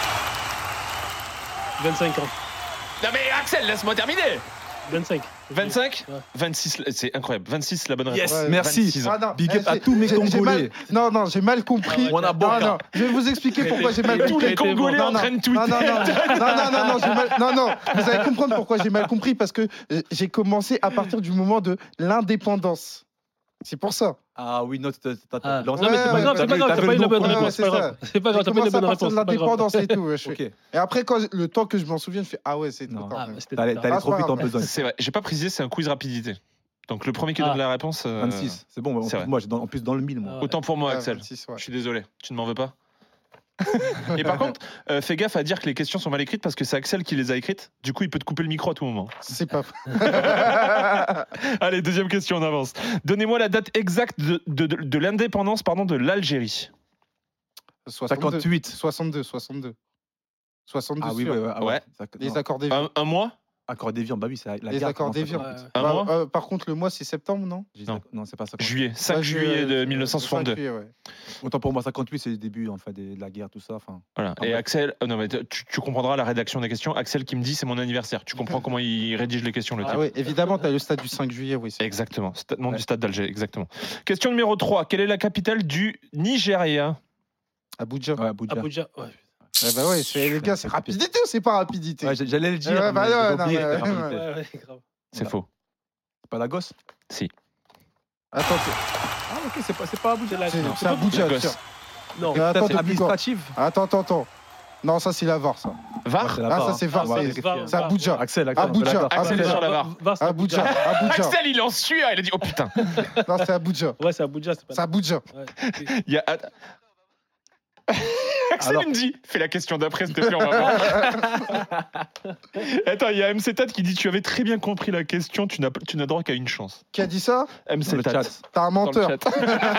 25 ans. Non mais Axel, laisse-moi terminer. 25. 25? Ouais. 26, c'est incroyable. 26, la bonne réponse. Yes, Ouais, merci. 26 ans. Ah, non, Big up à j'ai- tous mes j'ai mal- Congolais. Non, j'ai mal compris. On a bon Non, cas. non, je vais vous expliquer pourquoi j'ai mal Tous compris. les Congolais Non, en non, train de non, tweeter. non, j'ai mal- non, vous allez comprendre pourquoi j'ai mal compris, parce que j'ai commencé à partir du moment de l'indépendance. C'est pour ça. Ah oui, non, Ah. lancé- Non, mais c'est pas grave, c'est pas grave, t'as pas eu la bonne Ouais, réponse. c'est C'est pas ça. grave. C'est pas grave, J'ai t'as pas eu la commencé à bonne partir réponse. de c'est pas grave. l'indépendance et tout. wesh. Ok. Et après, le temps que je m'en souviens, je fais ah ouais, c'est trop Non. tard. Ah, mais c'était T'allais trop t'allais tard. Ah, trop c'est vite pas en grave. besogne. C'est vrai, j'ai pas précisé, c'est un quiz rapidité. Donc le premier qui donne Ah. la réponse. 26, c'est bon. c'est vrai. Moi, en plus dans le 1000, moi. Ah ouais. Autant pour moi, Ouais, Axel. 26, ouais. Je suis désolé, tu ne m'en veux pas. Et par contre, fais gaffe à dire que les questions sont mal écrites parce que c'est Axel qui les a écrites. Du coup, il peut te couper le micro à tout moment. C'est pas. Allez, deuxième question, on avance. Donnez-moi la date exacte de l'indépendance de l'Algérie. 58. 62. 62 Ah oui, sûr. Ouais. Les accords d'Évian. Un mois? Accord d'Évian, bah oui, c'est la Les guerre. accords commence à d'Évian. 58. Un Bah, mois? par contre, le mois, c'est septembre, non? Non, c'est pas ça. Juillet. 5 Ouais, juillet de 5 1962. juillet, ouais. Autant pour moi, 58, c'est le début enfin, de la guerre, tout ça. Enfin, Voilà. Ah Et ouais. Axel, non mais tu comprendras la rédaction des questions. Axel qui me dit c'est mon anniversaire. Tu comprends comment il rédige les questions, le type. Ah oui, évidemment, tu as le stade du 5 juillet, oui. c'est- Exactement. Nom Ouais. du stade d'Alger, exactement. Question numéro 3. Quelle est la capitale du Nigeria? Abuja. ouais, Abuja. Abuja. Ouais. Bah ouais, les gars, c'est rapidité ou c'est pas rapidité? Ouais, j'allais le dire. Ouais, bah mais j'ai ouais, oublié, non, mais- c'était rapidité. Ouais, ouais, grave. C'est Voilà. faux. C'est pas Lagos? Attends, Ah, ok, c'est pas Abuja. c'est Abuja, Lagos. tiens. Non. Attends, Peut-être depuis quand administrative. Attends. Non, ça, c'est la VAR, ça. VAR? C'est la Ah, VAR, ça, hein. c'est VAR, On va c'est- vérifier, hein. c'est Abuja. Axel, Abuja. on est d'accord. Axel est sur la VAR. VAR, c'est Abuja. Axel, il est en sueur. Il a dit oh putain. Non, c'est Abuja. Ouais, c'est Abuja, c'est pas. C'est Abuja. Ouais. Il y a. Axel Alors- il me dit fais la question d'après s'il te plaît, on va voir. Attends, il y a MC Tat qui dit tu avais très bien compris la question, tu n'as droit qu'à une chance. Qui a dit ça? Dans MC le Tat. chat. T'as un Dans le menteur. chat.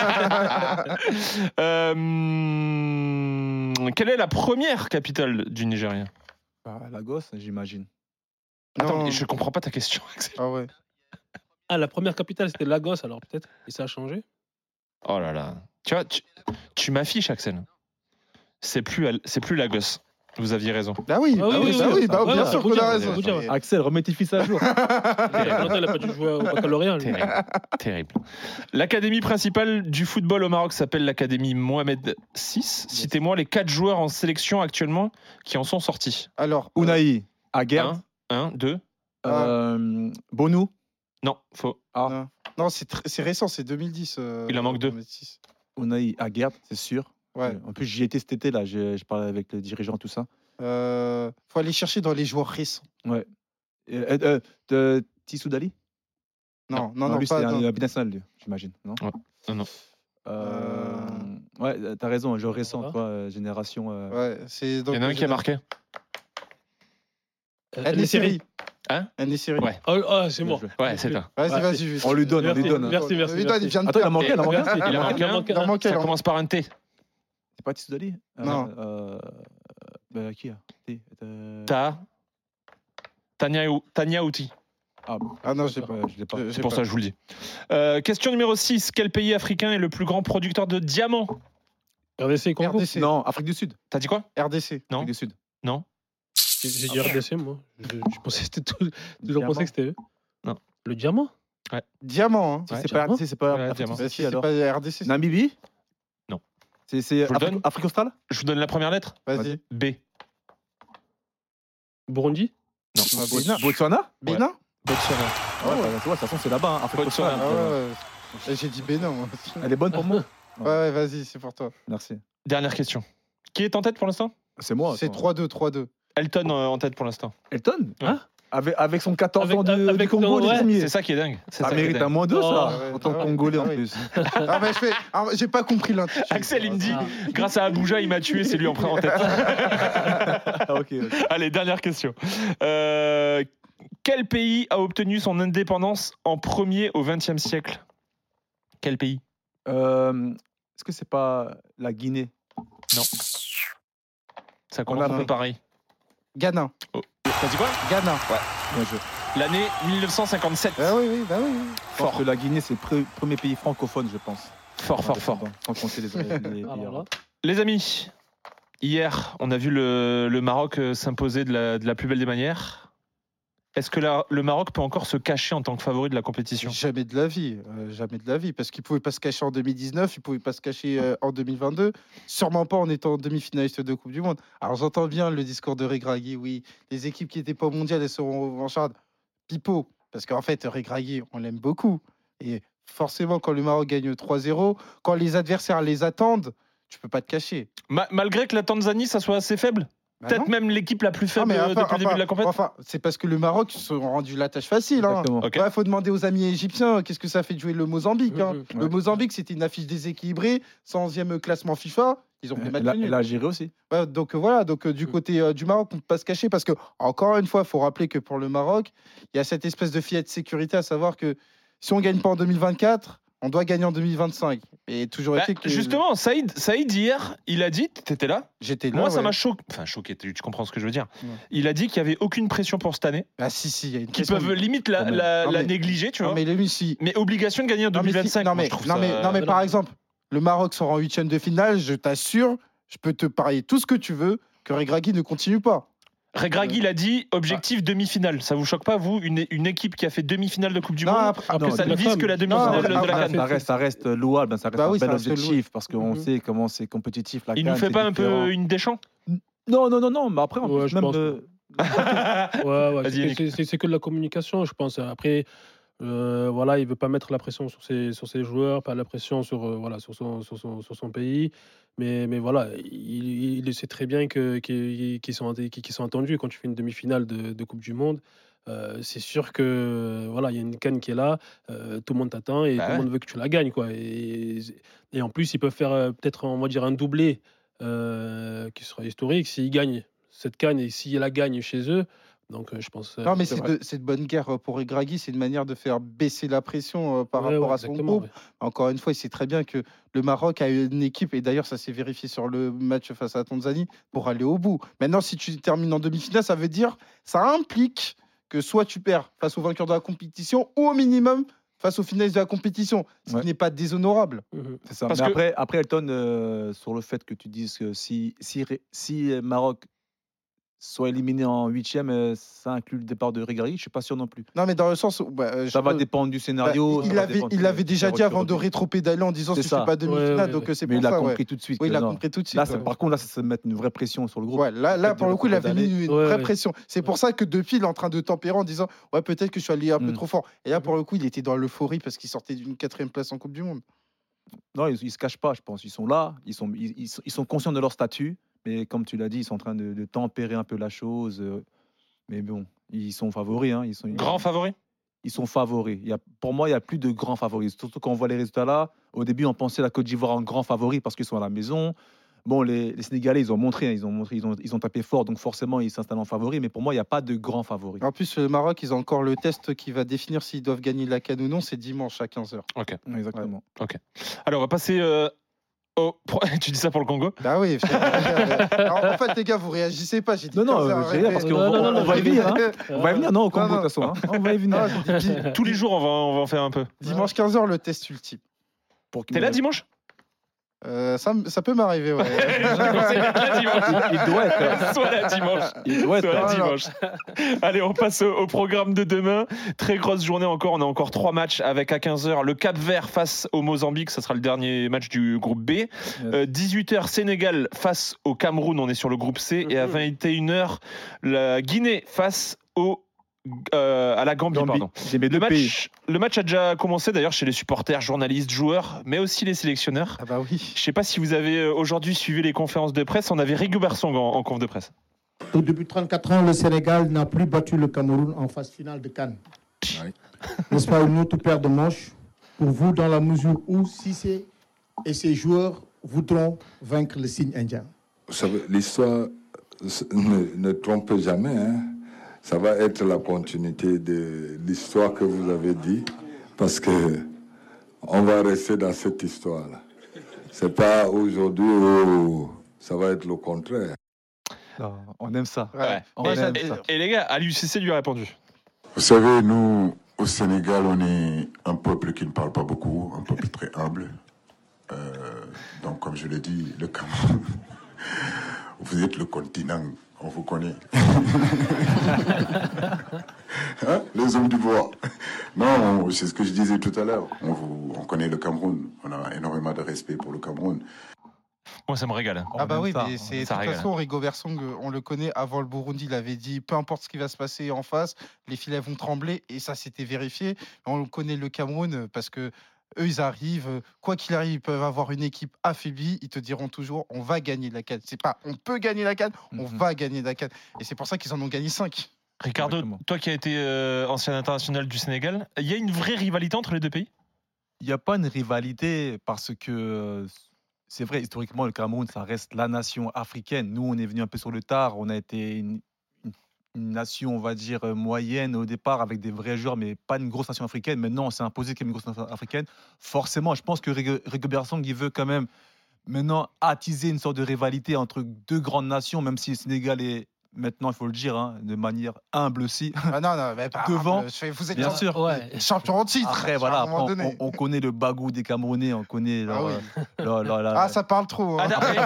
Quelle est la première capitale du Nigeria? Bah, Lagos, j'imagine. Attends, Non. mais je comprends pas ta question, Axel. Ah ouais. Ah, la première capitale, c'était Lagos, alors peut-être. Et ça a changé. Oh là là. Tu vois, tu m'affiches, Axel. C'est plus Lagos. Vous aviez raison. Bah oui, Ah oui, bien ouais, sûr qu'on Abuja, a raison. Abuja, ouais. Axel, remets tes fils à jour. Longtemps, il a pas dû jouer au baccalauréat. lui. Terrible. Terrible. L'académie principale du football au Maroc s'appelle l'académie Mohamed VI. Citez-moi les 4 joueurs en sélection actuellement qui en sont sortis. Alors, Unai, Aguerd, 1, 2. Bonou. Non, faux. non, c'est récent, c'est 2010. Il en manque 2. 2006. Unai, Aguerd, c'est sûr. Ouais. En plus, j'y étais cet été, là. Je parlais avec le dirigeant, tout ça. Faut aller chercher dans les joueurs récents. Ouais. Tissou Dali? Non, lui, pas. c'est non. un binational, lui, j'imagine. Non. Non. Ouais, t'as raison, jeu récent, va. toi, génération. Ouais, c'est Il y en a un qui a marqué. N-Série. Hein? N-Série. Ouais. Oh, c'est mort. Ouais, c'est ça. Vas-y. On lui donne. Merci. Il vient de Attends, il a perdre. manqué, Il a manqué un. Ça commence par un T. C'est pas Tissou Dali? Non. Qui a Tania Outi. Ah non, je l'ai pas. Je l'ai pas. C'est pour ça que je vous le dis. Question numéro 6. Quel pays africain est le plus grand producteur de diamants? RDC, Congo. RDC. Non, Afrique du Sud. T'as dit quoi? RDC. Non. Afrique du Sud. Non. J'ai dit RDC, moi. Je pensais que c'était toujours pensé que c'était eux. Non. Le diamant? Diamant, hein. Ouais, C'est pas RDC, c'est pas Ouais, Afrique diamant. du Bah, Sud, si c'est alors. pas RDC. Namibie? Non. C'est vous le donne Afrique australe? Je vous donne la première lettre. Vas-y. B. Burundi? Non. Bénin. Botswana? Botswana. Botswana. Ouais, de toute façon, c'est là-bas, hein, Afrique Botswana. australe. Ah ouais. J'ai dit Bénin, moi. Elle est bonne pour moi? Ouais, vas-y, c'est pour toi. Merci. Dernière question. Qui est en tête pour l'instant? C'est moi. C'est 3-2. Elton en tête pour l'instant. Elton? Hein? Avec son 14 ans du avec Congo, ouais, les premiers. C'est ça qui est dingue. Ça mérite un moins 2, ça. ouais, En tant que ouais, Congolais, en ouais. plus. Ah, mais j'ai pas compris l'intuition. Axel, il me dit, grâce à Abuja, il m'a tué, c'est lui en tête. Ok. Allez, dernière question. Quel pays a obtenu son indépendance en premier au XXe siècle? Quel pays? Est-ce que c'est pas la Guinée? Non. Ça commence un peu pareil. Ghana. T'as dit quoi? Ghana. Bien joué. L'année 1957. Ah oui, bah oui. Je pense que la Guinée, c'est le premier pays francophone, je pense. Fort. Sans compter les pays Alors là, arabes. Les amis, hier, on a vu le Maroc s'imposer de la plus belle des manières. Est-ce que le Maroc peut encore se cacher en tant que favori de la compétition? Jamais de la vie. Parce qu'il ne pouvait pas se cacher en 2019, il ne pouvait pas se cacher en 2022, sûrement pas en étant demi-finaliste de Coupe du Monde. Alors j'entends bien le discours de Regragui, oui, les équipes qui n'étaient pas mondiales, elles seront revanchardes. Pipo, parce qu'en fait, Regragui, on l'aime beaucoup. Et forcément, quand le Maroc gagne 3-0, quand les adversaires les attendent, tu peux pas te cacher. Malgré que la Tanzanie, ça soit assez faible? Bah Peut-être non. même l'équipe la plus faible depuis le début de la compétition. Enfin, c'est parce que le Maroc se sont rendu la tâche facile. Hein. Exactement. Ok. Ouais, faut demander aux amis égyptiens qu'est-ce que ça fait de jouer le Mozambique. Hein. Ouais. Le Mozambique, c'était une affiche déséquilibrée, 100e classement FIFA. Ils ont fait match Et nul. l'Algérie aussi. Ouais, donc voilà, du côté du Maroc, on ne peut pas se cacher parce que, encore une fois, il faut rappeler que pour le Maroc, il y a cette espèce de filet de sécurité, à savoir que si on ne gagne pas en 2024, on doit gagner en 2025. Et toujours été que. Justement, Saïd hier, il a dit, t'étais là? J'étais là. Moi, ça ouais. m'a choqué. Enfin, choqué, tu comprends ce que je veux dire. Ouais. Il a dit qu'il n'y avait aucune pression pour cette année, Ah si, il y a une qu'ils pression. peuvent limite Non, mais- négliger, tu vois. Non, mais les si. Mais obligation de gagner en Non, mais 2025. non, moi, mais, je trouve non, ça- mais, non, mais par exemple, le Maroc sera en 8e de finale, je t'assure, je peux te parier tout ce que tu veux que Regragui ne continue pas. Regragui, il a dit objectif demi-finale. Ça vous choque pas, vous, une équipe qui a fait demi-finale de Coupe du Non, Monde, après, que ça ne la vise femme. que la demi-finale Non, de la après, CAN? Ça reste louable, ça reste Bah oui, un bel ça reste objectif parce qu'on Mhm. sait comment c'est compétitif. La Il CAN, nous fait c'est pas un différent. peu une Deschamps? Non, mais après, en Ouais, plus, je même. pense. Ouais, Vas-y, Yannick. c'est que de la communication, je pense. Après, voilà, il veut pas mettre la pression sur ses joueurs, pas la pression sur son pays. Mais voilà, il sait très bien qu'ils sont attendus. Quand tu fais une demi-finale de Coupe du Monde, c'est sûr que voilà, il y a une CAN qui est là, tout le monde t'attend et tout le monde veut que tu la gagnes, quoi. Et en plus, ils peuvent faire peut-être, on va dire, un doublé qui sera historique s'ils gagnent cette CAN et s'ils la gagnent chez eux. Donc, je pense. Non, mais c'est c'est de bonne guerre pour Regragui. C'est une manière de faire baisser la pression par Ouais, rapport ouais, à son exactement, groupe. ouais. Encore une fois, il sait très bien que le Maroc a une équipe, et d'ailleurs, ça s'est vérifié sur le match face à la Tanzanie, pour aller au bout. Maintenant, si tu termines en demi-finale, ça veut dire, ça implique que soit tu perds face au vainqueur de la compétition, ou au minimum face aux finalistes de la compétition, ce Ouais. qui n'est pas déhonorable. Mhm. C'est ça. Parce Mais que- après Elton, sur le fait que tu dises que si Maroc soit éliminé en 8e, ça inclut le départ de Regragui, je ne suis pas sûr non plus. Non, mais dans le sens où. Ça va dépendre du scénario. ça il va avait, dépendre il de- avait déjà des dit avant de retours. rétro-pédaler en disant C'est si je ne ça. fais pas demi-finale, Ouais, donc ouais. c'est Mais pour il a ça. compris Ouais. tout de suite. Oui, que il a non. compris tout de suite. Là, ouais. par contre, là, ça met une vraie pression sur le groupe. Ouais, là, Peut-être pour le coup, il avait mis une Ouais, vraie ouais. pression. C'est pour ça que depuis, il est en train de tempérer en disant ouais, peut-être que je suis allé un peu Mm. trop fort. Et là, pour le coup, il était dans l'euphorie parce qu'il sortait d'une 4e place en Coupe du Monde. Non, ils ne se cachent pas, je pense. Ils sont là, ils sont conscients de leur statut, mais comme tu l'as dit, ils sont en train de tempérer un peu la chose. Mais bon, Ils sont favoris. Hein. Grand favori. Ils sont favoris. Pour moi, il n'y a plus de grands favoris. Surtout quand on voit les résultats là. Au début, on pensait la Côte d'Ivoire en grand favori parce qu'ils sont à la maison. Bon, les Sénégalais, ils ont tapé fort, donc forcément, ils s'installent en favoris. Mais pour moi, il n'y a pas de grands favoris. En plus, le Maroc, ils ont encore le test qui va définir s'ils doivent gagner la CAN ou non. C'est dimanche à 15h. Ok. Exactement. Ouais. Ok. Alors, on va passer. Tu dis ça pour le Congo? Bah oui. Alors, en fait, les gars, vous réagissez pas. J'ai dit Non, j'ai rien parce qu'on va y venir. On va y venir, non, au Congo, de toute façon. Hein. On va y venir. Tous les jours, on va en faire un peu. Dimanche 15h, le test ultime. T'es là dimanche? Ça peut m'arriver, ouais. Il doit être là. Soit là dimanche. Il doit être là dimanche. Allez, on passe au programme de demain. Très grosse journée encore. On a encore 3 matchs avec à 15h le Cap-Vert face au Mozambique. Ça sera le dernier match du groupe B. 18h, Sénégal face au Cameroun. On est sur le groupe C. Et à 21h, la Guinée face à la Gambie. Pardon. Le match a déjà commencé d'ailleurs chez les supporters, journalistes, joueurs, mais aussi les sélectionneurs. Ah bah oui. Je ne sais pas si vous avez aujourd'hui suivi les conférences de presse. On avait Rigobert Song en conf de presse. Depuis 34 ans, le Sénégal n'a plus battu le Cameroun en phase finale de CAN. Oui. N'est-ce pas une autre paire de manches pour vous dans la mesure où Cissé et ses joueurs voudront vaincre le signe indien? Vous savez, l'histoire ne trompe jamais, hein. Ça va être la continuité de l'histoire que vous avez dit, parce que on va rester dans cette histoire-là. C'est pas aujourd'hui où ça va être le contraire. Non, on aime ça. Ouais. Et les gars, à l'UCC lui a répondu. Vous savez, nous, au Sénégal, on est un peuple qui ne parle pas beaucoup, un peuple très humble. Donc, comme je l'ai dit, le Cameroun, vous êtes le continent. On vous connaît. Hein, les hommes du bois. Non, c'est ce que je disais tout à l'heure. On connaît le Cameroun. On a énormément de respect pour le Cameroun. Moi, ça me régale. Ah bah oui, mais c'est de toute façon, Rigobert Song, on le connaît. Avant le Burundi, il avait dit, peu importe ce qui va se passer en face, les filets vont trembler. Et ça, c'était vérifié. On connaît le Cameroun parce que eux, ils arrivent, quoi qu'il arrive, ils peuvent avoir une équipe affaiblie. Ils te diront toujours, on va gagner la CAN. C'est pas, on peut gagner la CAN, on va gagner la CAN. Et c'est pour ça qu'ils en ont gagné 5. Ricardo, toi qui as été ancien international du Sénégal, il y a une vraie rivalité entre les deux pays? Il n'y a pas une rivalité parce que c'est vrai, historiquement, le Cameroun, ça reste la nation africaine. Nous, on est venu un peu sur le tard. On a été une nation, on va dire, moyenne au départ, avec des vrais joueurs, mais pas une grosse nation africaine. Maintenant, on s'est imposé comme une grosse nation africaine. Forcément, je pense que Rigobert Song, il veut quand même maintenant attiser une sorte de rivalité entre deux grandes nations, même si le Sénégal est maintenant, il faut le dire, hein, de manière humble aussi. Ah non, mais pas devant. Vous êtes bien sûr. Champion en titre. Après, voilà, on connaît le bagou des Camerounais, on connaît Ah, ça parle trop. Hein. Il y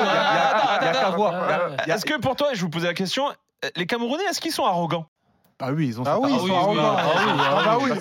a qu'à voir. Est-ce que pour toi, je vous posais la question, les Camerounais, est-ce qu'ils sont arrogants? Ah oui, ils ont ah oui, ils sont arrogants. Ah oui,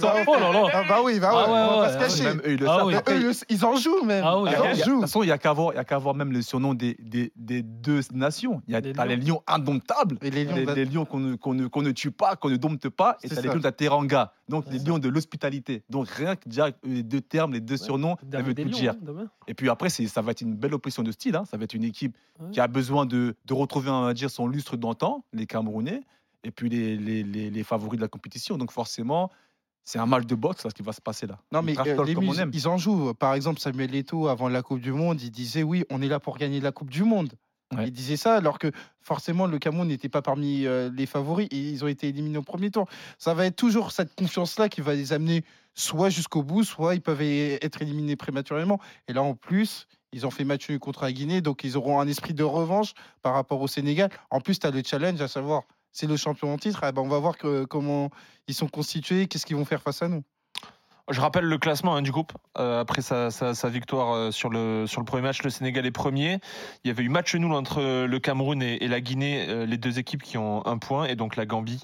on va pas se cacher. Même eux, ils le savent. Eux, ils en jouent même. De toute façon, il n'y a qu'à voir même le surnom des deux nations. Il y a les lions indomptables, les lions qu'on ne tue pas, qu'on ne dompte pas, et t'as les lions de la Teranga, donc les lions de l'hospitalité. Donc rien que déjà les deux termes, les deux surnoms, ça veut tout dire. Et puis après, ça va être une belle opposition de style. Ça va être une équipe qui a besoin de retrouver, on va dire, son lustre d'antan, les Camerounais. Et puis les favoris de la compétition. Donc forcément, c'est un match de boxe, là, ce qui va se passer là. Non, mais ils en jouent. Par exemple, Samuel Eto'o, avant la Coupe du Monde, il disait oui, on est là pour gagner la Coupe du Monde. Ouais. Il disait ça, alors que forcément, le Cameroun n'était pas parmi les favoris et ils ont été éliminés au premier tour. Ça va être toujours cette confiance-là qui va les amener soit jusqu'au bout, soit ils peuvent être éliminés prématurément. Et là, en plus, ils ont fait match nul contre la Guinée, donc ils auront un esprit de revanche par rapport au Sénégal. En plus, tu as le challenge, à savoir, c'est le champion en titre. On va voir comment ils sont constitués, qu'est-ce qu'ils vont faire face à nous. Je rappelle le classement du groupe. Après sa victoire sur le premier match, le Sénégal est premier. Il y avait eu match nul entre le Cameroun et la Guinée, les deux équipes qui ont 1 point, et donc la Gambie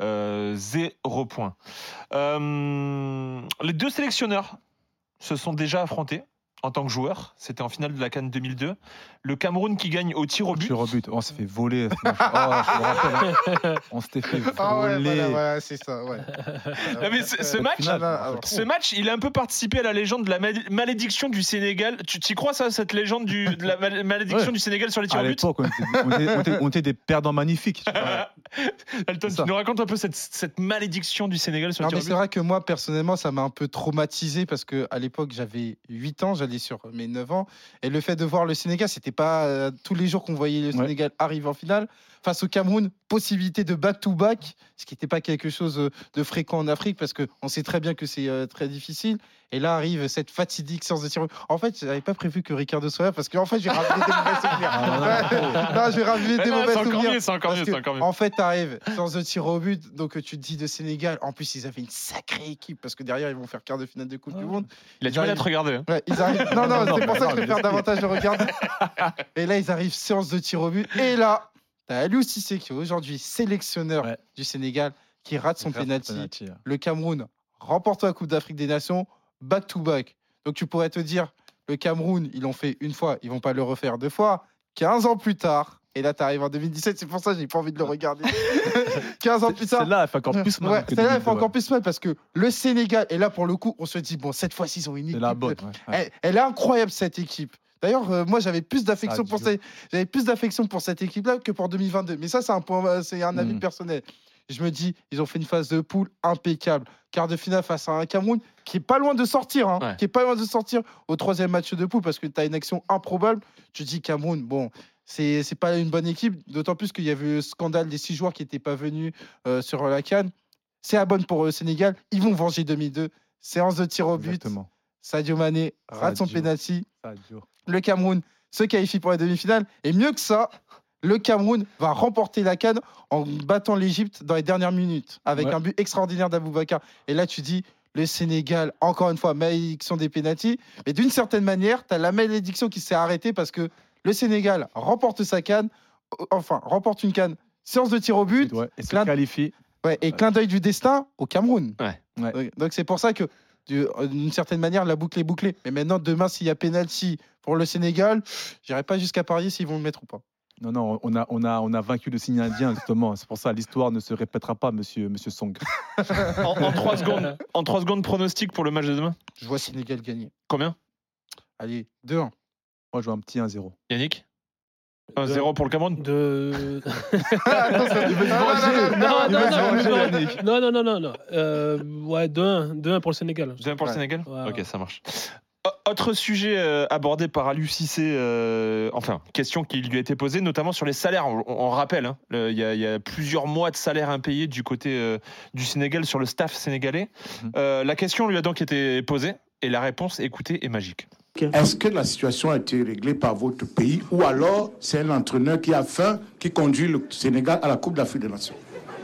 0 point. Les deux sélectionneurs se sont déjà affrontés en tant que joueur. C'était en finale de la CAN 2002. Le Cameroun qui gagne au tir au but. Tir au but. On s'est fait voler. Je me rappelle. Hein. On s'était fait voler. Ah ouais, voilà, c'est ça. Ouais. Non, mais ce match, il a un peu participé à la légende de la malédiction du Sénégal. Tu t'y crois ça, cette légende de la malédiction du Sénégal sur les tirs au but? À l'époque, on était des perdants magnifiques. Alton, tu nous racontes un peu cette malédiction du Sénégal sur les tirs au but? C'est vrai que moi, personnellement, ça m'a un peu traumatisé parce qu'à l'époque, j'avais 8 ans, j'allais sur mes 9 ans. Et le fait de voir le Sénégal, c'était pas tous les jours qu'on voyait le Sénégal arriver en finale. Face au Cameroun, possibilité de back-to-back, ce qui n'était pas quelque chose de fréquent en Afrique parce qu'on sait très bien que c'est très difficile. Et là arrive cette fatidique séance de tir au but. En fait, je n'avais pas prévu que Ricardo soit là parce qu'en fait, j'ai ravivé des mauvais souvenirs. Non, j'ai ravivé des mauvais souvenirs. C'est encore mieux. En fait, tu arrives séance de tir au but, donc tu te dis de Sénégal. En plus, ils avaient une sacrée équipe parce que derrière, ils vont faire quart de finale de Coupe du Monde. Il a du mal à te regarder. Hein. Ouais, ils arrivent... Non, c'est pour ça que je préfère davantage le regarder. Et là, ils arrivent séance de tir au but. Et là, t'as Aliou Cissé qui est aujourd'hui sélectionneur du Sénégal qui rate son penalty. Le Cameroun remporte la Coupe d'Afrique des Nations back-to-back. Donc tu pourrais te dire, le Cameroun, ils l'ont fait une fois, ils vont pas le refaire 2 fois. 15 ans plus tard, et là tu arrives en 2017, c'est pour ça que j'ai pas envie de le regarder. 15 ans plus tard. Celle-là, elle fait encore plus mal. Celle-là, elle fait encore plus mal parce que le Sénégal, et là pour le coup, on se dit, bon, cette fois-ci, ils ont une équipe. C'est la bonne. Elle est incroyable cette équipe. D'ailleurs, moi, j'avais plus d'affection pour cette équipe-là que pour 2022. Mais ça, c'est un avis personnel. Je me dis, ils ont fait une phase de poule impeccable. Quart de finale face à un Cameroun qui est pas loin de sortir, qui est pas loin de sortir au 3e match de poule parce que tu as une action improbable. Tu dis Cameroun, bon, c'est pas une bonne équipe, d'autant plus qu'il y avait le scandale des 6 joueurs qui n'étaient pas venus sur la CAN. C'est la bonne pour le Sénégal. Ils vont venger 2002. Séance de tir au but. Exactement. Sadio Mané rate son penalty. Le Cameroun se qualifie pour la demi-finale. Et mieux que ça, le Cameroun va remporter la CAN en battant l'Égypte dans les dernières minutes avec un but extraordinaire d'Aboubacar. Et là, tu dis, le Sénégal, encore une fois, malédiction des pénaltys. Mais d'une certaine manière, tu as la malédiction qui s'est arrêtée parce que le Sénégal remporte sa CAN, remporte une CAN, séance de tir au but. Et se qualifie. Et clin d'œil du destin au Cameroun. Ouais. Donc c'est pour ça que, d'une certaine manière, la boucle est bouclée. Mais maintenant, demain, s'il y a pénalty pour le Sénégal, j'irai pas jusqu'à parier s'ils vont le mettre ou pas. Non, on a vaincu le signe indien, justement. C'est pour ça l'histoire ne se répétera pas, monsieur Song. En 3 secondes, pronostic pour le match de demain. Je vois Sénégal gagner. Combien? Allez, 2-1. Moi, je vois un petit 1-0. Yannick? 1-0 pour le Cameroun? Non. Ouais, 2-1 pour le Sénégal. 2-1 pour le Sénégal? Ouais. Ok, ça marche. Autre sujet abordé par Aliou Cissé, question qui lui a été posée, notamment sur les salaires. On rappelle, il y a plusieurs mois de salaires impayés du côté du Sénégal sur le staff sénégalais. La question lui a donc été posée et la réponse, écoutez, est magique. Est-ce que la situation a été réglée par votre pays ou alors c'est un entraîneur qui a faim qui conduit le Sénégal à la Coupe d'Afrique des Nations?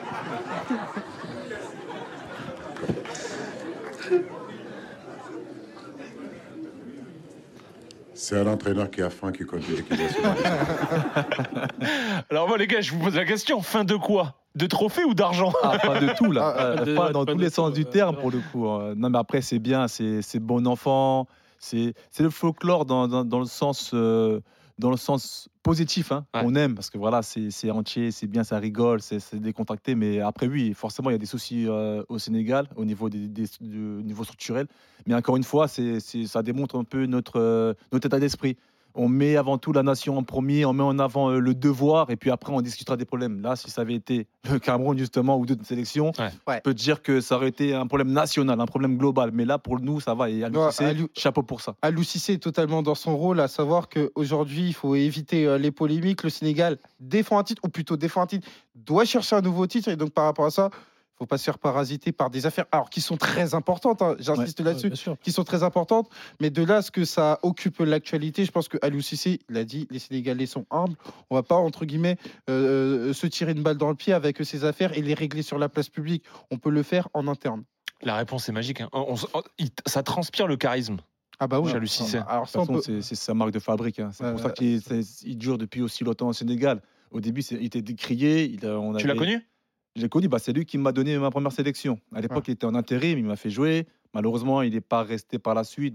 C'est un entraîneur qui a faim qui conduit l'équipe nationale. Alors moi les gars, je vous pose la question, fin de quoi? De trophée ou d'argent? Pas de tout là. Pas dans tous les sens du terme pour le coup. Non mais après c'est bien, c'est bon enfant. C'est le folklore dans le sens positif qu'on aime parce que voilà c'est entier, c'est bien, ça rigole, c'est décontracté. Mais après oui, forcément il y a des soucis au Sénégal au niveau du niveau structurel. Mais encore une fois, ça démontre un peu notre état d'esprit. On met avant tout la nation en premier, on met en avant le devoir et puis après on discutera des problèmes. Là, si ça avait été le Cameroun justement ou d'autres sélections, je peux te dire que ça aurait été un problème national, un problème global. Mais là, pour nous, ça va. Et Aliou Cissé, chapeau pour ça. Aliou Cissé est totalement dans son rôle, à savoir qu'aujourd'hui, il faut éviter les polémiques. Le Sénégal défend un titre, ou plutôt défend un titre, doit chercher un nouveau titre. Et donc par rapport à ça, il ne faut pas se faire parasiter par des affaires, alors qui sont très importantes, j'insiste là-dessus, qui sont très importantes, mais de là à ce que ça occupe l'actualité, je pense que Aliou Cissé l'a dit, les Sénégalais sont humbles, on ne va pas, entre guillemets, se tirer une balle dans le pied avec ces affaires et les régler sur la place publique. On peut le faire en interne. La réponse est magique. Ça transpire le charisme. Ah bah oui. Aliou Cissé. Alors ça, c'est sa marque de fabrique. C'est pour ça qu'il dure depuis aussi longtemps au Sénégal. Au début, il était décrié. Tu l'as connu? Je l'ai connu, c'est lui qui m'a donné ma première sélection. À l'époque, il était en intérim, il m'a fait jouer. Malheureusement, il n'est pas resté par la suite. Bon,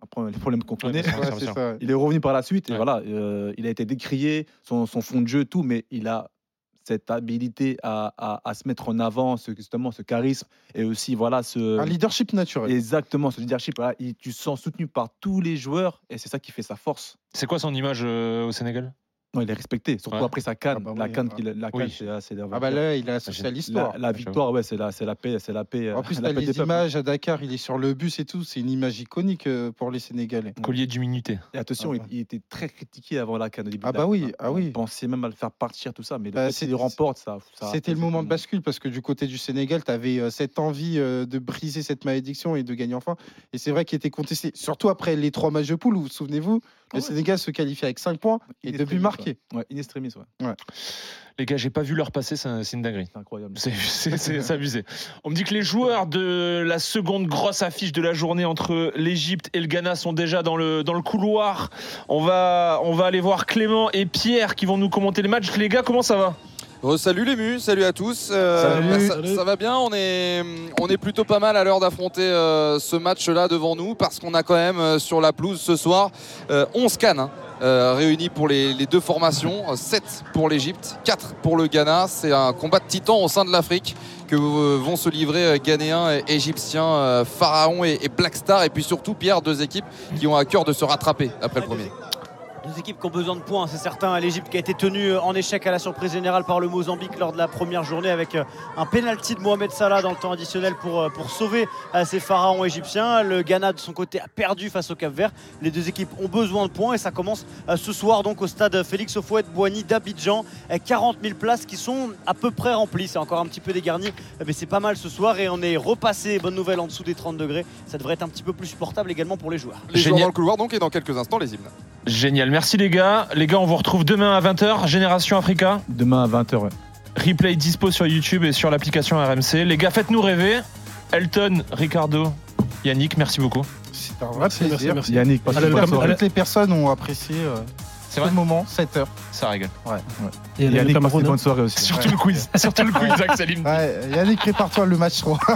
après les problèmes qu'on connaît. c'est ça, ouais. Il est revenu par la suite, et Ouais. voilà, il a été décrié, son fond de jeu, tout, mais il a cette habilité à se mettre en avant, justement ce charisme, et aussi voilà Un leadership naturel. exactement ce leadership. Voilà, tu sens soutenu par tous les joueurs, et c'est ça qui fait sa force. C'est quoi son image au Sénégal? Non, il est respecté, surtout Ouais. après sa CAN. Ah bah la oui, CAN, ouais. Oui. c'est Ah bah là, il est associé à l'histoire. la victoire, ouais, c'est la paix, c'est la paix. En plus, la t'as paix les des peuples. images à Dakar, il est sur le bus et tout. C'est une image iconique pour les Sénégalais. Collier d'immunité. Et attention, Ah bah. il était très critiqué avant la CAN au début. Ah de la bah oui, CAN. ah oui. On pensait même à le faire partir, tout ça, mais le Bah, fait c'est- qu'il remporte, ça. C'était le moment de bascule parce que du côté du Sénégal, tu avais cette envie de briser cette malédiction et de gagner enfin. Et c'est vrai qu'il était contesté, surtout après les 3 matchs de poule où, souvenez-vous, le Sénégal se qualifie avec 5 points et 2 buts marqués. Ouais, in extremis, ouais. Les gars, j'ai pas vu l'heure passer, c'est une dinguerie. C'est incroyable. C'est abusé. On me dit que les joueurs de la seconde grosse affiche de la journée entre l'Égypte et le Ghana sont déjà dans le couloir. On va aller voir Clément et Pierre qui vont nous commenter le match. Les gars, comment ça va? Salut les mus, salut à tous. Salut. Ça va bien, on est plutôt pas mal à l'heure d'affronter ce match-là devant nous parce qu'on a quand même sur la pelouse ce soir 11 cannes réunis pour les deux formations, 7 pour l'Égypte, 4 pour le Ghana. C'est un combat de titans au sein de l'Afrique que vont se livrer Ghanéens et Égyptiens, Pharaon et Black Star, et puis surtout Pierre, 2 équipes qui ont à cœur de se rattraper après le premier. 2 équipes qui ont besoin de points, c'est certain. L'Égypte qui a été tenue en échec à la surprise générale par le Mozambique lors de la première journée avec un pénalty de Mohamed Salah dans le temps additionnel pour sauver ses pharaons égyptiens. Le Ghana de son côté a perdu face au Cap-Vert. Les 2 équipes ont besoin de points et ça commence ce soir donc au stade Félix Houphouët-Boigny d'Abidjan. 40 000 places qui sont à peu près remplies. C'est encore un petit peu dégarni, mais c'est pas mal ce soir et on est repassé, bonne nouvelle, en dessous des 30 degrés. Ça devrait être un petit peu plus supportable également pour les joueurs. Les joueurs dans le couloir donc, et dans quelques instants les hymnes. Génial, merci les gars. Les gars, on vous retrouve demain à 20h, Génération Africa. Demain à 20h, ouais. Replay dispo sur YouTube et sur l'application RMC. Les gars, faites-nous rêver. Elton, Ricardo, Yannick, merci beaucoup. C'est un vrai plaisir. Merci. Yannick, passe une bonne soirée. Toutes les personnes ont apprécié C'est ce vrai moment, 7 heures. Ça régale. Ouais. Et Yannick, le passe Cameroun, une hein. bonne soirée aussi. Surtout le quiz. Surtout le quiz, Axel. Ouais, Yannick, prépare-toi le match 3.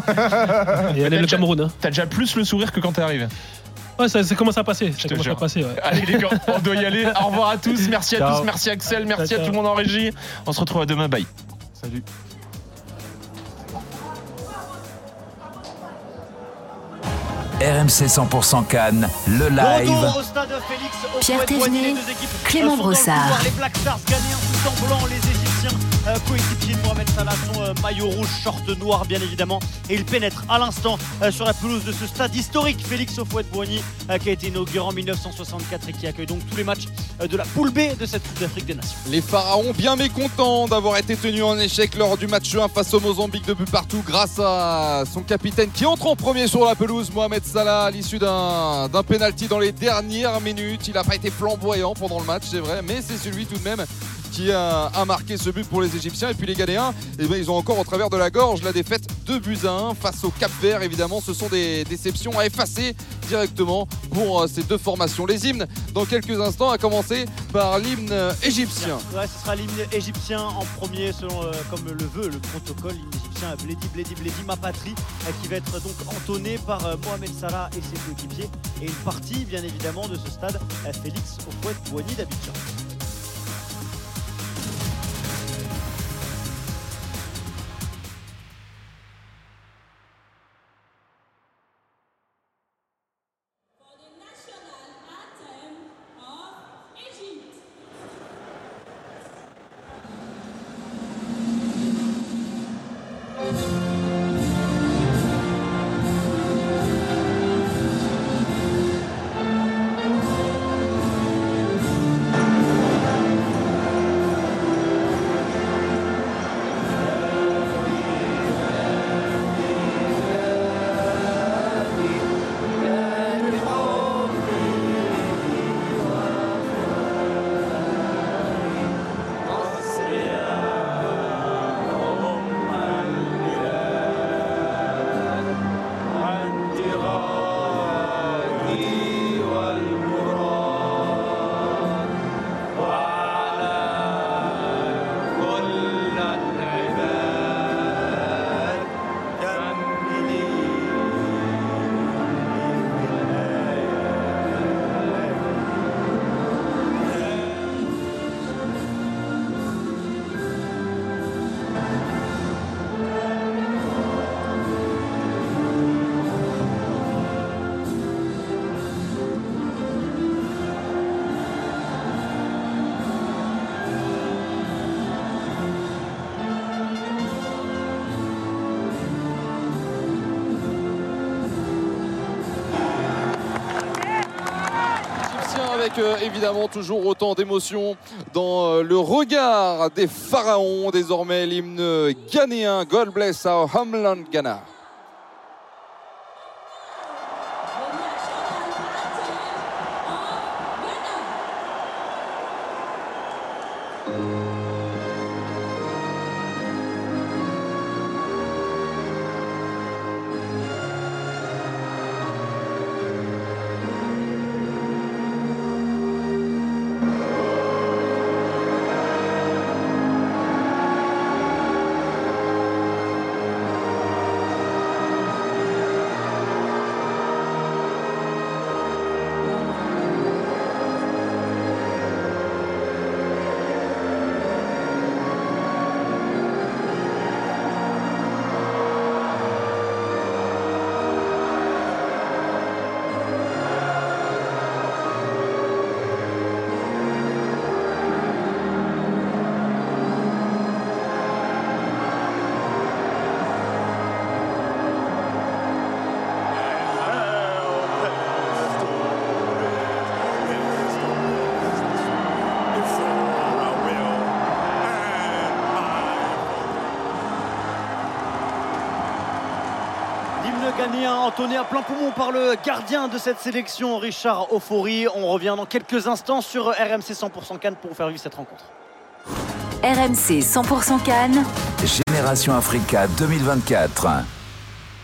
Et allez, le Cameroun. Hein. T'as déjà plus le sourire que quand t'es arrivé. Ouais, ça commence à passer. te jure. Ouais. Allez les gars, on doit y aller. Au revoir à tous. Merci à Ciao. tous. Merci Axel. Merci Ciao, à tout le monde en régie. On se retrouve à demain. Bye. Salut. RMC 100% Cannes, le live. Retour au stade Félix Pierre Houphouët-Boigny, Thévenet, les 2 équipes Clément sont dans le Brossard. couloir. Les Black Stars ghanéens tout en blanc, les Égyptiens coéquipiers de Mohamed Salah sont maillot rouge, short noir bien évidemment, et ils pénètrent à l'instant sur la pelouse de ce stade historique Félix Houphouët-Boigny qui a été inauguré en 1964 et qui accueille donc tous les matchs de la poule B de cette Coupe d'Afrique des Nations. Les Pharaons bien mécontents d'avoir été tenus en échec lors du match 1 face au Mozambique de but partout grâce à son capitaine qui entre en premier sur la pelouse, Mohamed Salah, à l'issue d'un pénalty dans les dernières minutes. Il n'a pas été flamboyant pendant le match, c'est vrai, mais c'est celui tout de même qui a marqué ce but pour les Égyptiens. Et puis les Ghanéens, eh bien, ils ont encore au travers de la gorge la défaite 2-1 face au Cap-Vert. Évidemment, ce sont des déceptions à effacer directement pour ces 2 formations. Les hymnes dans quelques instants, à commencer par l'hymne égyptien. Ouais, ce sera l'hymne égyptien en premier selon comme le veut le protocole. L'hymne égyptien Bledi Bledi Bledi ma patrie qui va être donc entonné par Mohamed Salah et ses coéquipiers, et une partie bien évidemment de ce stade Félix Houphouët-Boigny d'Abidjan. avec évidemment toujours autant d'émotion dans le regard des pharaons. Désormais l'hymne ghanéen, God bless our homeland Ghana. Ghanéen entonné à plein poumon par le gardien de cette sélection, Richard Ofori. On revient dans quelques instants sur RMC 100% Cannes pour vous faire vivre cette rencontre. RMC 100% Cannes. Génération Africa 2024.